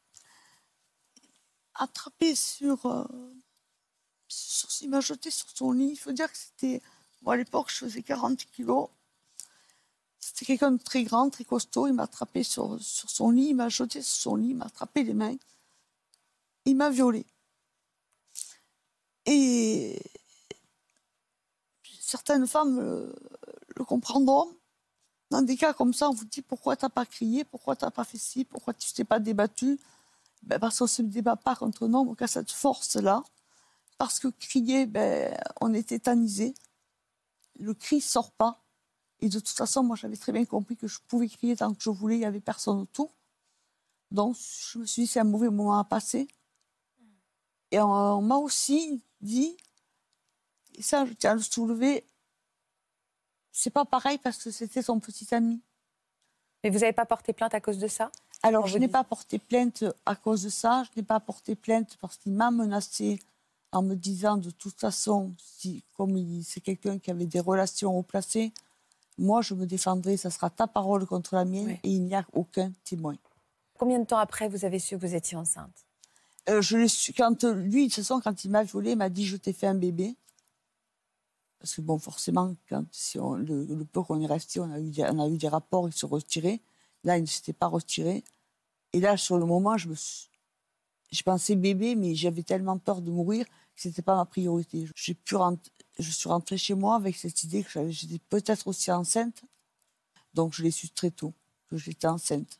Attrapé sur... Euh, sur il m'a jeté sur son lit. Il faut dire que c'était... Moi, à l'époque, je faisais quarante kilos. C'était quelqu'un de très grand, très costaud. Il m'a attrapé sur, sur son lit. Il m'a jeté sur son lit. Il m'a attrapé les mains. Il m'a violée. Et certaines femmes le, le comprendront. Dans des cas comme ça, on vous dit pourquoi tu n'as pas crié, pourquoi tu n'as pas fait ci, pourquoi tu ne t'es pas débattu. Ben parce qu'on ne se débat pas contre un homme qui a cette force-là. Parce que crier, ben, on est tétanisé. Le cri ne sort pas. Et de toute façon, moi, j'avais très bien compris que je pouvais crier tant que je voulais, il n'y avait personne autour. Donc, je me suis dit, c'est un mauvais moment à passer. Et on, on m'a aussi dit, et ça, je tiens à le soulever, c'est pas pareil parce que c'était son petit ami. Mais vous n'avez pas porté plainte à cause de ça? Alors, je n'ai pas porté plainte à cause de ça. Je n'ai pas porté plainte parce qu'il m'a menacée en me disant, de toute façon, si, comme il, c'est quelqu'un qui avait des relations haut placées, moi, je me défendrai, ça sera ta parole contre la mienne, oui. Et il n'y a aucun témoin. Combien de temps après vous avez su que vous étiez enceinte? euh, je l'ai su, quand, lui, de toute façon, quand il m'a violée, il m'a dit, je t'ai fait un bébé. Parce que, bon, forcément, quand, si on, le, le peu qu'on est resté, on a, eu des, on a eu des rapports, il se retirait. Là, il ne s'était pas retiré. Et là, sur le moment, je me suis... Je pensais bébé, mais j'avais tellement peur de mourir que ce n'était pas ma priorité. J'ai pu rent... Je suis rentrée chez moi avec cette idée que j'avais... j'étais peut-être aussi enceinte. Donc, je l'ai su très tôt, que j'étais enceinte.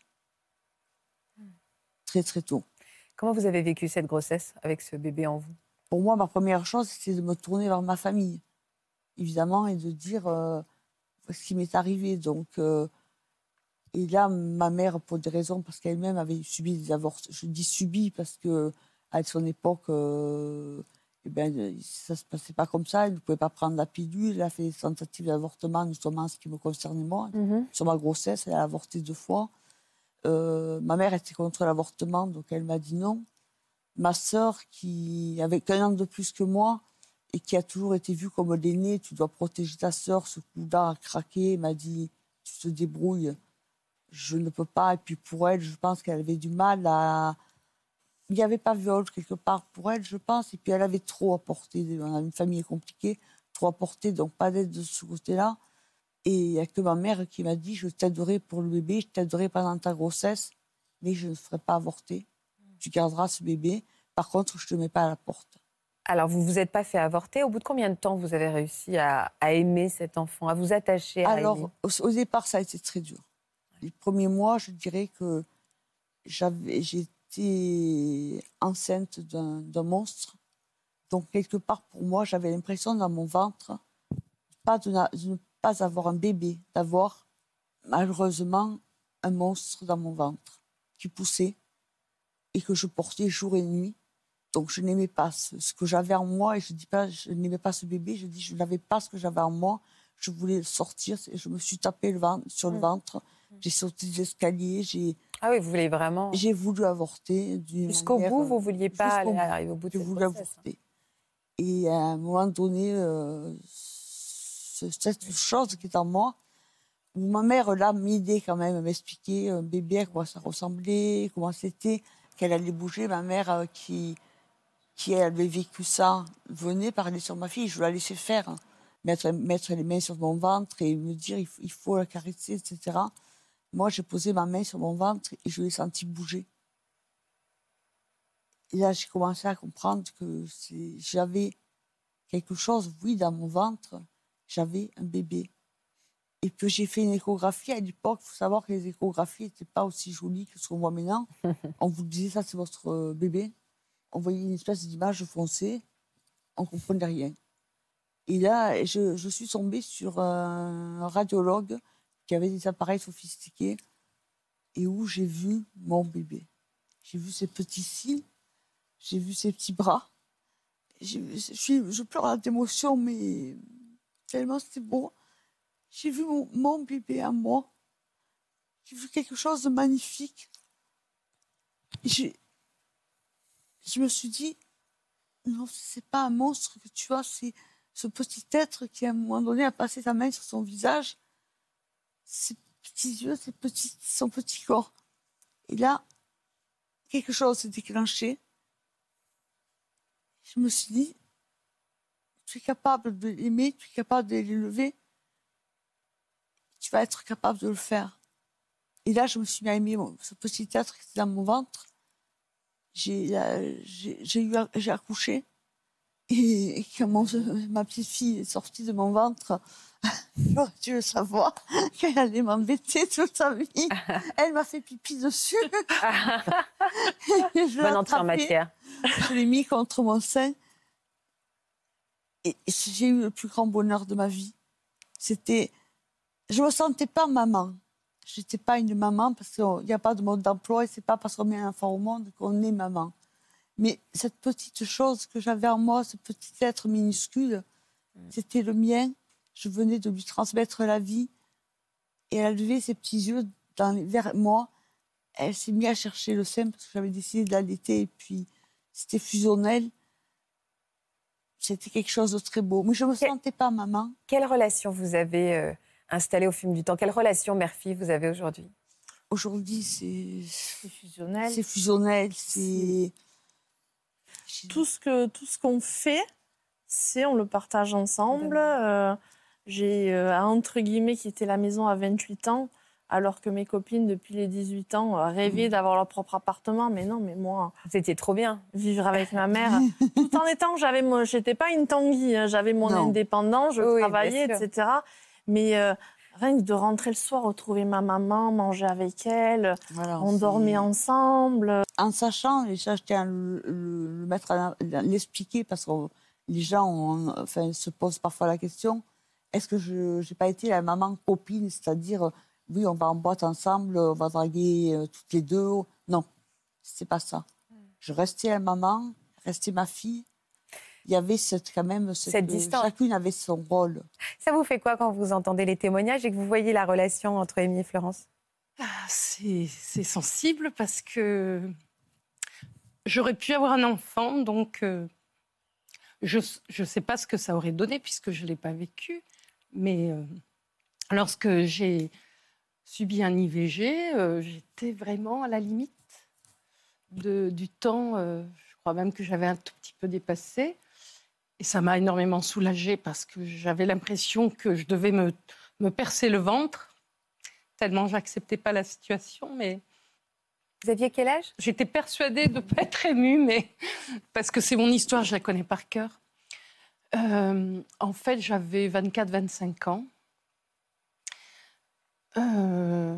Très, très tôt. Comment vous avez vécu cette grossesse avec ce bébé en vous? Pour moi, ma première chose, c'était de me tourner vers ma famille, évidemment, et de dire euh, ce qui m'est arrivé. Donc, euh, et là, ma mère, pour des raisons, parce qu'elle-même avait subi des avortements, je dis subi parce qu'à son époque, euh, eh ben, ça ne se passait pas comme ça, elle ne pouvait pas prendre la pilule, elle a fait des tentatives d'avortement, notamment en ce qui me concernait moi. Mm-hmm. Sur ma grossesse, elle a avorté deux fois. Euh, ma mère était contre l'avortement, donc elle m'a dit non. Ma sœur, qui avait qu'un an de plus que moi et qui a toujours été vue comme l'aînée, tu dois protéger ta sœur, ce coup-là a craqué, m'a dit tu te débrouilles, je ne peux pas. Et puis pour elle, je pense qu'elle avait du mal à... Il n'y avait pas viol quelque part pour elle, je pense, et puis elle avait trop apporté. On a une famille compliquée, trop apporté, donc pas d'aide de ce côté-là. Et il n'y a que ma mère qui m'a dit, je t'aiderai pour le bébé, je t'aiderai pendant ta grossesse, mais je ne ferai pas avorter. Tu garderas ce bébé. Par contre, je ne te mets pas à la porte. Alors, vous ne vous êtes pas fait avorter. Au bout de combien de temps vous avez réussi à, à aimer cet enfant, à vous attacher à Alors, aimer au, au départ, ça a été très dur. Les premiers mois, je dirais que j'avais, j'étais enceinte d'un, d'un monstre. Donc, quelque part, pour moi, j'avais l'impression dans mon ventre pas de, de ne pas avoir un bébé, d'avoir malheureusement un monstre dans mon ventre qui poussait et que je portais jour et nuit, Donc, je n'aimais pas ce, ce que j'avais en moi. Et je ne dis pas, je n'aimais pas ce bébé. Je dis, je n'avais pas ce que j'avais en moi. Je voulais le sortir. Et je me suis tapée le ventre, sur le ventre. J'ai sauté des escaliers. J'ai, Ah oui, vous voulez vraiment... j'ai voulu avorter. Jusqu'au manière, bout, vous ne vouliez pas jusqu'au aller bout. arriver au bout de Je cette voulais grossesse. avorter. Et à un moment donné, euh, ce- cette chose qui est en moi, où ma mère, là, m'aidait quand même à m'expliquer un bébé, à quoi ça ressemblait, comment c'était, qu'elle allait bouger. Ma mère, euh, qui, qui elle, avait vécu ça, venait parler sur ma fille. Je la laissais faire, hein. mettre, mettre les mains sur mon ventre et me dire il faut, il faut la caresser, et cetera. Moi, j'ai posé ma main sur mon ventre et je l'ai senti bouger. Et là, j'ai commencé à comprendre que c'est, j'avais quelque chose, oui, dans mon ventre, j'avais un bébé. Et que j'ai fait une échographie à l'époque. Il faut savoir que les échographies n'étaient pas aussi jolies que ce qu'on voit maintenant. On vous disait, ça, c'est votre bébé. On voyait une espèce d'image foncée. On ne comprenait rien. Et là, je, je suis tombée sur un radiologue qui avait des appareils sophistiqués et où j'ai vu mon bébé. J'ai vu ses petits cils, j'ai vu ses petits bras. J'ai, je, suis, je pleure d'émotion, mais tellement c'était beau. J'ai vu mon, mon bébé à moi. J'ai vu quelque chose de magnifique. Et j'ai, je me suis dit, non, c'est pas un monstre que tu as, c'est ce petit être qui, à un moment donné, a passé sa main sur son visage, ses petits yeux, ses petits, son petit corps. Et là, quelque chose s'est déclenché. Je me suis dit, tu es capable de l'aimer, tu es capable de l'élever, tu vas être capable de le faire. Et là, je me suis mis à aimer mon, ce petit être qui était dans mon ventre. J'ai, euh, j'ai, j'ai, eu, j'ai accouché. Et, et quand mon, ma petite fille est sortie de mon ventre, j'aurais dû le savoir qu'elle allait m'embêter toute sa vie. Elle m'a fait pipi dessus. Je l'ai Bonne entrée en attrapée, matière. je l'ai mis contre mon sein. Et j'ai eu le plus grand bonheur de ma vie. C'était... Je ne me sentais pas maman. Je n'étais pas une maman parce qu'il n'y a pas de mode d'emploi et ce n'est pas parce qu'on met un enfant au monde qu'on est maman. Mais cette petite chose que j'avais en moi, ce petit être minuscule, mmh. c'était le mien. Je venais de lui transmettre la vie. Et elle a levé ses petits yeux dans les, vers moi. Elle s'est mise à chercher le sein parce que j'avais décidé de l'allaiter. Et puis, c'était fusionnel. C'était quelque chose de très beau. Mais je ne me sentais pas maman. Quelle relation vous avez euh, installée au fil du temps? Quelle relation mère-fille vous avez aujourd'hui? Aujourd'hui, c'est... C'est fusionnel. C'est fusionnel, c'est... Tout ce, que, tout ce qu'on fait, c'est on le partage ensemble. Euh, j'ai, euh, entre guillemets, quitté la maison à vingt-huit ans, alors que mes copines, depuis les dix-huit ans, rêvaient mmh. d'avoir leur propre appartement. Mais non, mais moi... Vous étiez trop bien. Vivre avec ma mère, tout en étant... J'avais mon, j'étais pas une tanguy, hein, j'avais mon non. indépendance, je oui, travaillais, et cetera. Mais... Euh, rien que de rentrer le soir, retrouver ma maman, manger avec elle, voilà, on, on dormait ensemble. En sachant, et ça je tiens à le, le, le mettre à l'expliquer parce que les gens ont, enfin, se posent parfois la question, est-ce que je n'ai pas été la maman copine, c'est-à-dire, oui, on va en boîte ensemble, on va draguer euh, toutes les deux. Non, c'est pas ça. Je restais la maman, restais ma fille. Il y avait cette, quand même cette, cette distance. Chacune avait son rôle. Ça vous fait quoi quand vous entendez les témoignages et que vous voyez la relation entre Amy et Florence? ah, c'est, c'est sensible parce que j'aurais pu avoir un enfant, donc euh, je ne sais pas ce que ça aurait donné puisque je ne l'ai pas vécu. Mais euh, lorsque j'ai subi un I V G, euh, j'étais vraiment à la limite de, du temps. Euh, je crois même que j'avais un tout petit peu dépassé. Et ça m'a énormément soulagée parce que j'avais l'impression que je devais me, me percer le ventre, tellement j'acceptais pas la situation. Mais vous aviez quel âge? J'étais persuadée de ne pas être émue, mais parce que c'est mon histoire, je la connais par cœur. Euh, en fait, j'avais vingt-quatre vingt-cinq ans. Euh,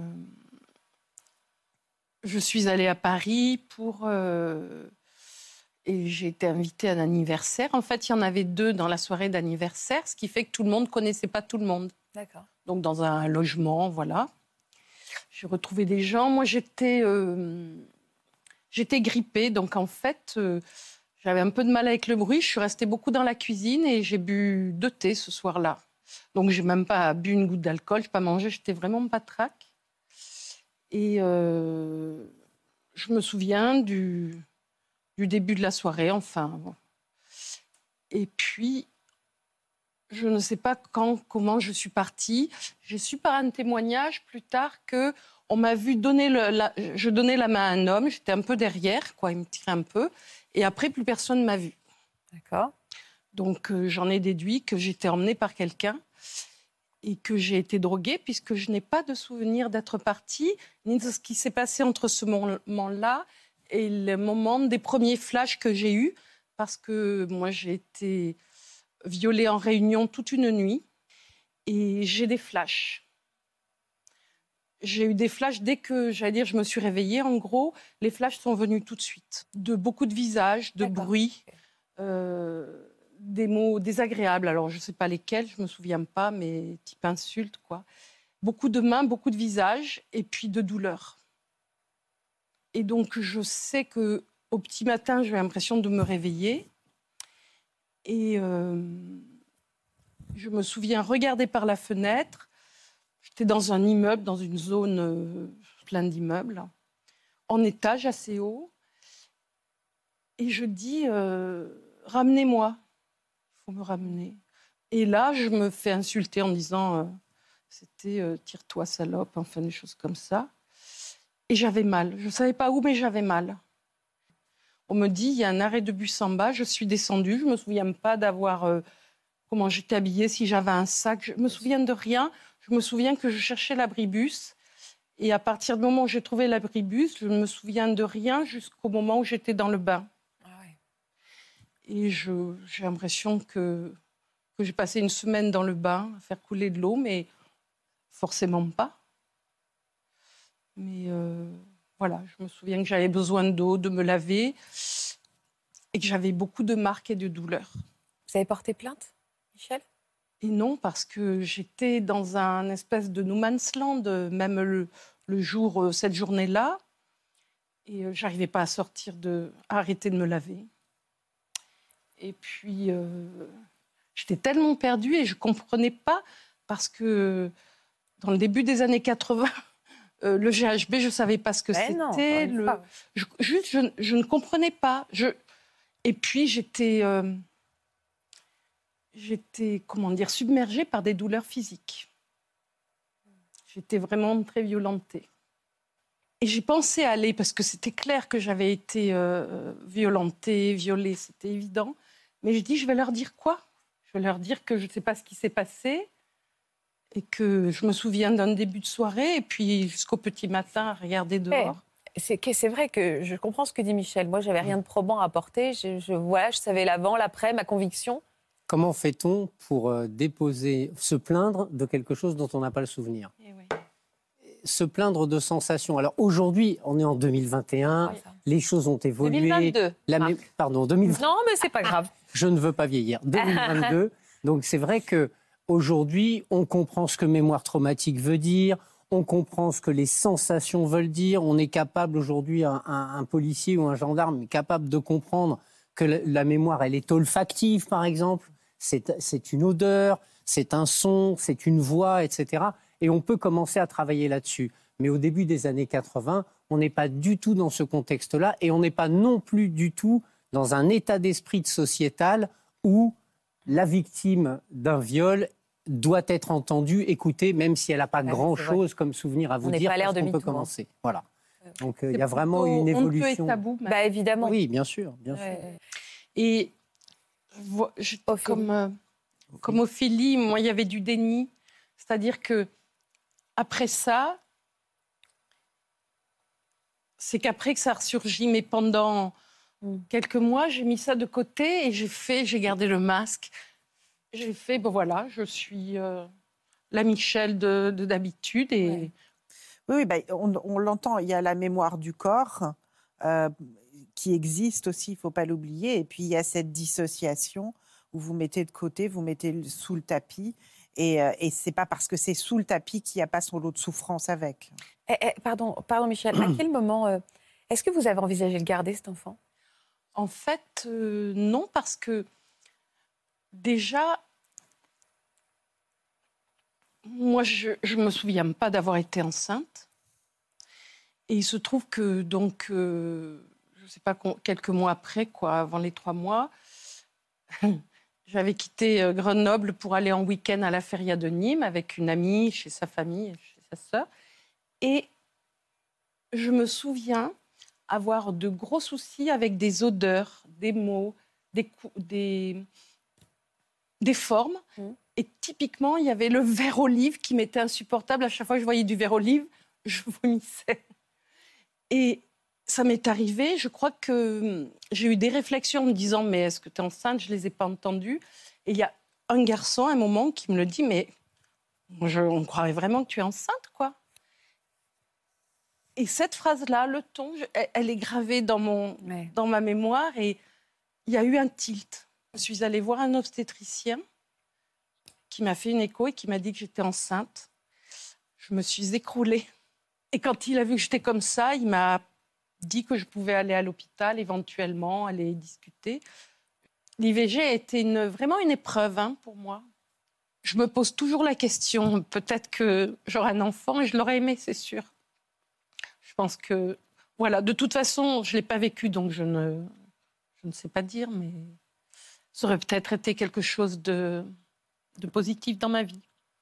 je suis allée à Paris pour... Euh, Et j'ai été invitée à un anniversaire. En fait, il y en avait deux dans la soirée d'anniversaire, ce qui fait que tout le monde ne connaissait pas tout le monde. D'accord. Donc, dans un logement, voilà. J'ai retrouvé des gens. Moi, j'étais, euh, j'étais grippée. Donc, en fait, euh, J'avais un peu de mal avec le bruit. Je suis restée beaucoup dans la cuisine et j'ai bu deux thés ce soir-là. Donc, je n'ai même pas bu une goutte d'alcool. Je n'ai pas mangé. J'étais vraiment patraque. Et euh, je me souviens du, du début de la soirée, enfin. Bon. Et puis, je ne sais pas quand, comment je suis partie. J'ai su par un témoignage plus tard que on m'a vu donner le, la, je donnais la main à un homme. J'étais un peu derrière, quoi. Il me tirait un peu. Et après, plus personne ne m'a vue. D'accord. Donc, euh, j'en ai déduit que j'étais emmenée par quelqu'un et que j'ai été droguée, puisque je n'ai pas de souvenir d'être partie, ni de ce qui s'est passé entre ce moment-là et le moment des premiers flashs que j'ai eus, parce que moi, j'ai été violée en réunion toute une nuit et j'ai des flashs. J'ai eu des flashs dès que, j'allais dire, je me suis réveillée, en gros. Les flashs sont venus tout de suite. De beaucoup de visages, de D'accord. bruits, euh, des mots désagréables. Alors, je ne sais pas lesquels, je ne me souviens pas, mais type insulte, quoi. Beaucoup de mains, beaucoup de visages, et puis de douleurs. Et donc, je sais qu'au petit matin, j'ai l'impression de me réveiller. Et euh, je me souviens regarder par la fenêtre. J'étais dans un immeuble, dans une zone euh, pleine d'immeubles, en étage assez haut. Et je dis, euh, ramenez-moi. Il faut me ramener. Et là, je me fais insulter en disant, euh, c'était euh, tire-toi salope, enfin des choses comme ça. Et j'avais mal. Je ne savais pas où, mais j'avais mal. On me dit, il y a un arrêt de bus en bas. Je suis descendue. Je ne me souviens pas d'avoir... Euh, comment j'étais habillée, si j'avais un sac. Je me souviens de rien. Je me souviens que je cherchais l'abribus. Et à partir du moment où j'ai trouvé l'abribus, je ne me souviens de rien jusqu'au moment où j'étais dans le bain. Ah ouais. Et je, j'ai l'impression que, que j'ai passé une semaine dans le bain à faire couler de l'eau, mais forcément pas. Mais euh, voilà, je me souviens que j'avais besoin d'eau, de me laver, et que j'avais beaucoup de marques et de douleurs. Vous avez porté plainte, Michel ? Et non, parce que j'étais dans un espèce de no man's land, même le, le jour, cette journée-là, et euh, j'arrivais pas à sortir de, à arrêter de me laver. Et puis, euh, j'étais tellement perdue et je comprenais pas, parce que dans le début des années quatre-vingts, euh, le G H B, je savais pas ce que Mais c'était. non, le, pas. je, juste, je, je ne comprenais pas. Je, et puis, j'étais... Euh, J'étais, comment dire, submergée par des douleurs physiques. J'étais vraiment très violentée. Et j'ai pensé aller, parce que c'était clair que j'avais été euh, violentée, violée, c'était évident. Mais je dis, je vais leur dire quoi ? Je vais leur dire que je ne sais pas ce qui s'est passé et que je me souviens d'un début de soirée et puis jusqu'au petit matin à regarder dehors. C'est, que, c'est vrai que je comprends ce que dit Michel. Moi, j'avais rien de probant à apporter. Je, je, voilà, je savais l'avant, l'après, ma conviction. Comment fait-on pour euh, déposer, se plaindre de quelque chose dont on n'a pas le souvenir ? Et oui. Se plaindre de sensations. Alors aujourd'hui, on est en deux mille vingt et un, Oui. les choses ont évolué. deux mille vingt-deux. La mé- Marc. Pardon, deux mille vingt. Non, mais c'est pas grave. Je ne veux pas vieillir. deux mille vingt-deux. Donc c'est vrai que aujourd'hui, on comprend ce que mémoire traumatique veut dire. On comprend ce que les sensations veulent dire. On est capable aujourd'hui, un, un, un policier ou un gendarme est capable de comprendre que la, la mémoire, elle est olfactive, par exemple. C'est, c'est une odeur, c'est un son, c'est une voix, et cetera. Et on peut commencer à travailler là-dessus. Mais au début des années quatre-vingts, on n'est pas du tout dans ce contexte-là et on n'est pas non plus du tout dans un état d'esprit de sociétal où la victime d'un viol doit être entendue, écoutée, même si elle n'a pas Ouais, grand-chose comme souvenir à vous On n'est dire, pas à l'ère parce de qu'on peut MeToo, hein. commencer. Voilà. Donc il C'est y a vraiment plutôt une honteux et évolution. tabou, même. Bah, évidemment. Oui, bien sûr, bien sûr. Ouais. Et vo- j'étais Ophélie. comme, euh, comme Ophélie, moi, il y avait du déni. C'est-à-dire que après ça, c'est qu'après que ça a ressurgi, mais pendant Mm. quelques mois, j'ai mis ça de côté et j'ai fait, j'ai gardé le masque. J'ai fait, bon voilà, je suis euh, la Michel de, de d'habitude et Ouais. Oui, oui, bah, on, on l'entend, il y a la mémoire du corps euh, qui existe aussi, il ne faut pas l'oublier. Et puis, il y a cette dissociation où vous mettez de côté, vous mettez le- sous le tapis. Et, euh, et ce n'est pas parce que c'est sous le tapis qu'il n'y a pas son lot de souffrance avec. Eh, eh, pardon, pardon, Michel. À quel moment euh, est-ce que vous avez envisagé de garder cet enfant ? En fait, euh, non, parce que déjà, moi, je ne me souviens pas d'avoir été enceinte. Et il se trouve que, donc, euh, je ne sais pas, quelques mois après, quoi, avant les trois mois, j'avais quitté Grenoble pour aller en week-end à la Feria de Nîmes avec une amie chez sa famille, chez sa sœur. Et je me souviens avoir de gros soucis avec des odeurs, des mots, des, des, des formes. Mmh. Et typiquement, il y avait le verre olive qui m'était insupportable. À chaque fois que je voyais du verre olive, je vomissais. Et ça m'est arrivé, je crois que j'ai eu des réflexions en me disant « mais est-ce que tu es enceinte ?» Je ne les ai pas entendues. Et il y a un garçon, à un moment, qui me le dit « mais je, on croirait vraiment que tu es enceinte, quoi ?» Et cette phrase-là, le ton, elle, elle est gravée dans, mon, ouais. dans ma mémoire et il y a eu un tilt. Je suis allée voir un obstétricien qui m'a fait une écho et qui m'a dit que j'étais enceinte. Je me suis écroulée. Et quand il a vu que j'étais comme ça, il m'a dit que je pouvais aller à l'hôpital, éventuellement, aller discuter. L'I V G a été une, vraiment une épreuve hein, pour moi. Je me pose toujours la question, peut-être que j'aurai un enfant et je l'aurais aimé, c'est sûr. Je pense que, voilà, de toute façon, je ne l'ai pas vécu, donc je ne, je ne sais pas dire, mais ça aurait peut-être été quelque chose de, de positif dans ma vie.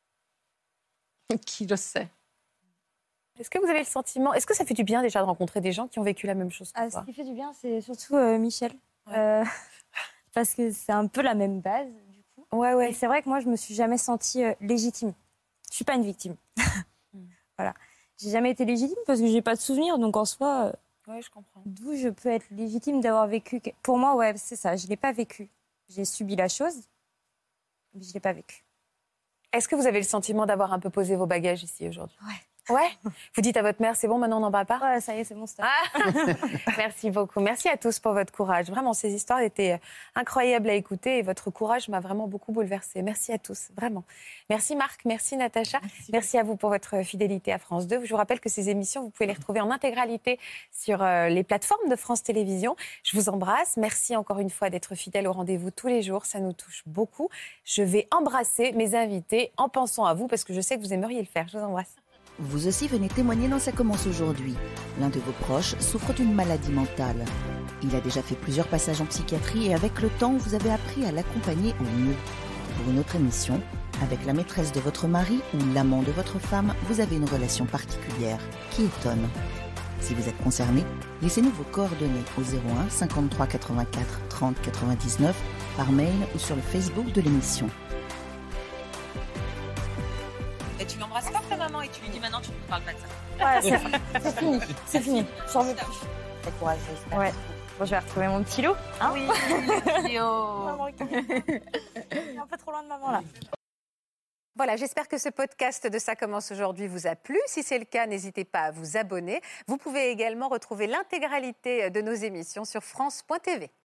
Qui le sait? Est-ce que vous avez le sentiment, est-ce que ça fait du bien déjà de rencontrer des gens qui ont vécu la même chose que ah, toi? Ce qui fait du bien, c'est surtout euh, Michel. Ouais. Euh, parce que c'est un peu la même base, du coup. Ouais, ouais. Et c'est vrai que moi, je ne me suis jamais sentie euh, légitime. Je ne suis pas une victime. mm. Voilà. J'ai jamais été légitime parce que j'ai pas de souvenirs, donc en soi, euh, ouais, je comprends. D'où je peux être légitime d'avoir vécu. Pour moi, ouais, c'est ça. Je l'ai pas vécu. J'ai subi la chose, mais je l'ai pas vécu. Est-ce que vous avez le sentiment d'avoir un peu posé vos bagages ici aujourd'hui? Ouais. Ouais. Vous dites à votre mère, c'est bon, maintenant on n'en parle pas? Ouais, ça y est, c'est bon, stop. Ah merci beaucoup. Merci à tous pour votre courage. Vraiment, ces histoires étaient incroyables à écouter et votre courage m'a vraiment beaucoup bouleversée. Merci à tous, vraiment. Merci Marc, merci Natacha. Merci, merci à vous pour votre fidélité à France deux. Je vous rappelle que ces émissions, vous pouvez les retrouver en intégralité sur les plateformes de France Télévisions. Je vous embrasse. Merci encore une fois d'être fidèle au rendez-vous tous les jours. Ça nous touche beaucoup. Je vais embrasser mes invités en pensant à vous parce que je sais que vous aimeriez le faire. Je vous embrasse. Vous aussi venez témoigner dans Ça commence aujourd'hui. L'un de vos proches souffre d'une maladie mentale. Il a déjà fait plusieurs passages en psychiatrie et avec le temps, vous avez appris à l'accompagner au mieux. Pour une autre émission, avec la maîtresse de votre mari ou l'amant de votre femme, vous avez une relation particulière qui étonne. Si vous êtes concerné, laissez-nous vos coordonnées au zéro un cinquante-trois quatre-vingt-quatre trente quatre-vingt-dix-neuf par mail ou sur le Facebook de l'émission. Et tu l'embrasses pas ta maman et tu lui dis maintenant tu ne me parles pas de ça. Ouais, c'est, c'est fini, c'est fini. J'en veux plus. C'est courageuse. Ouais. Bon, je vais retrouver mon petit loup. Hein oui, Léo. Maman, est un peu trop loin de maman là. Voilà, j'espère que ce podcast de Ça commence aujourd'hui vous a plu. Si c'est le cas, n'hésitez pas à vous abonner. Vous pouvez également retrouver l'intégralité de nos émissions sur France point T V.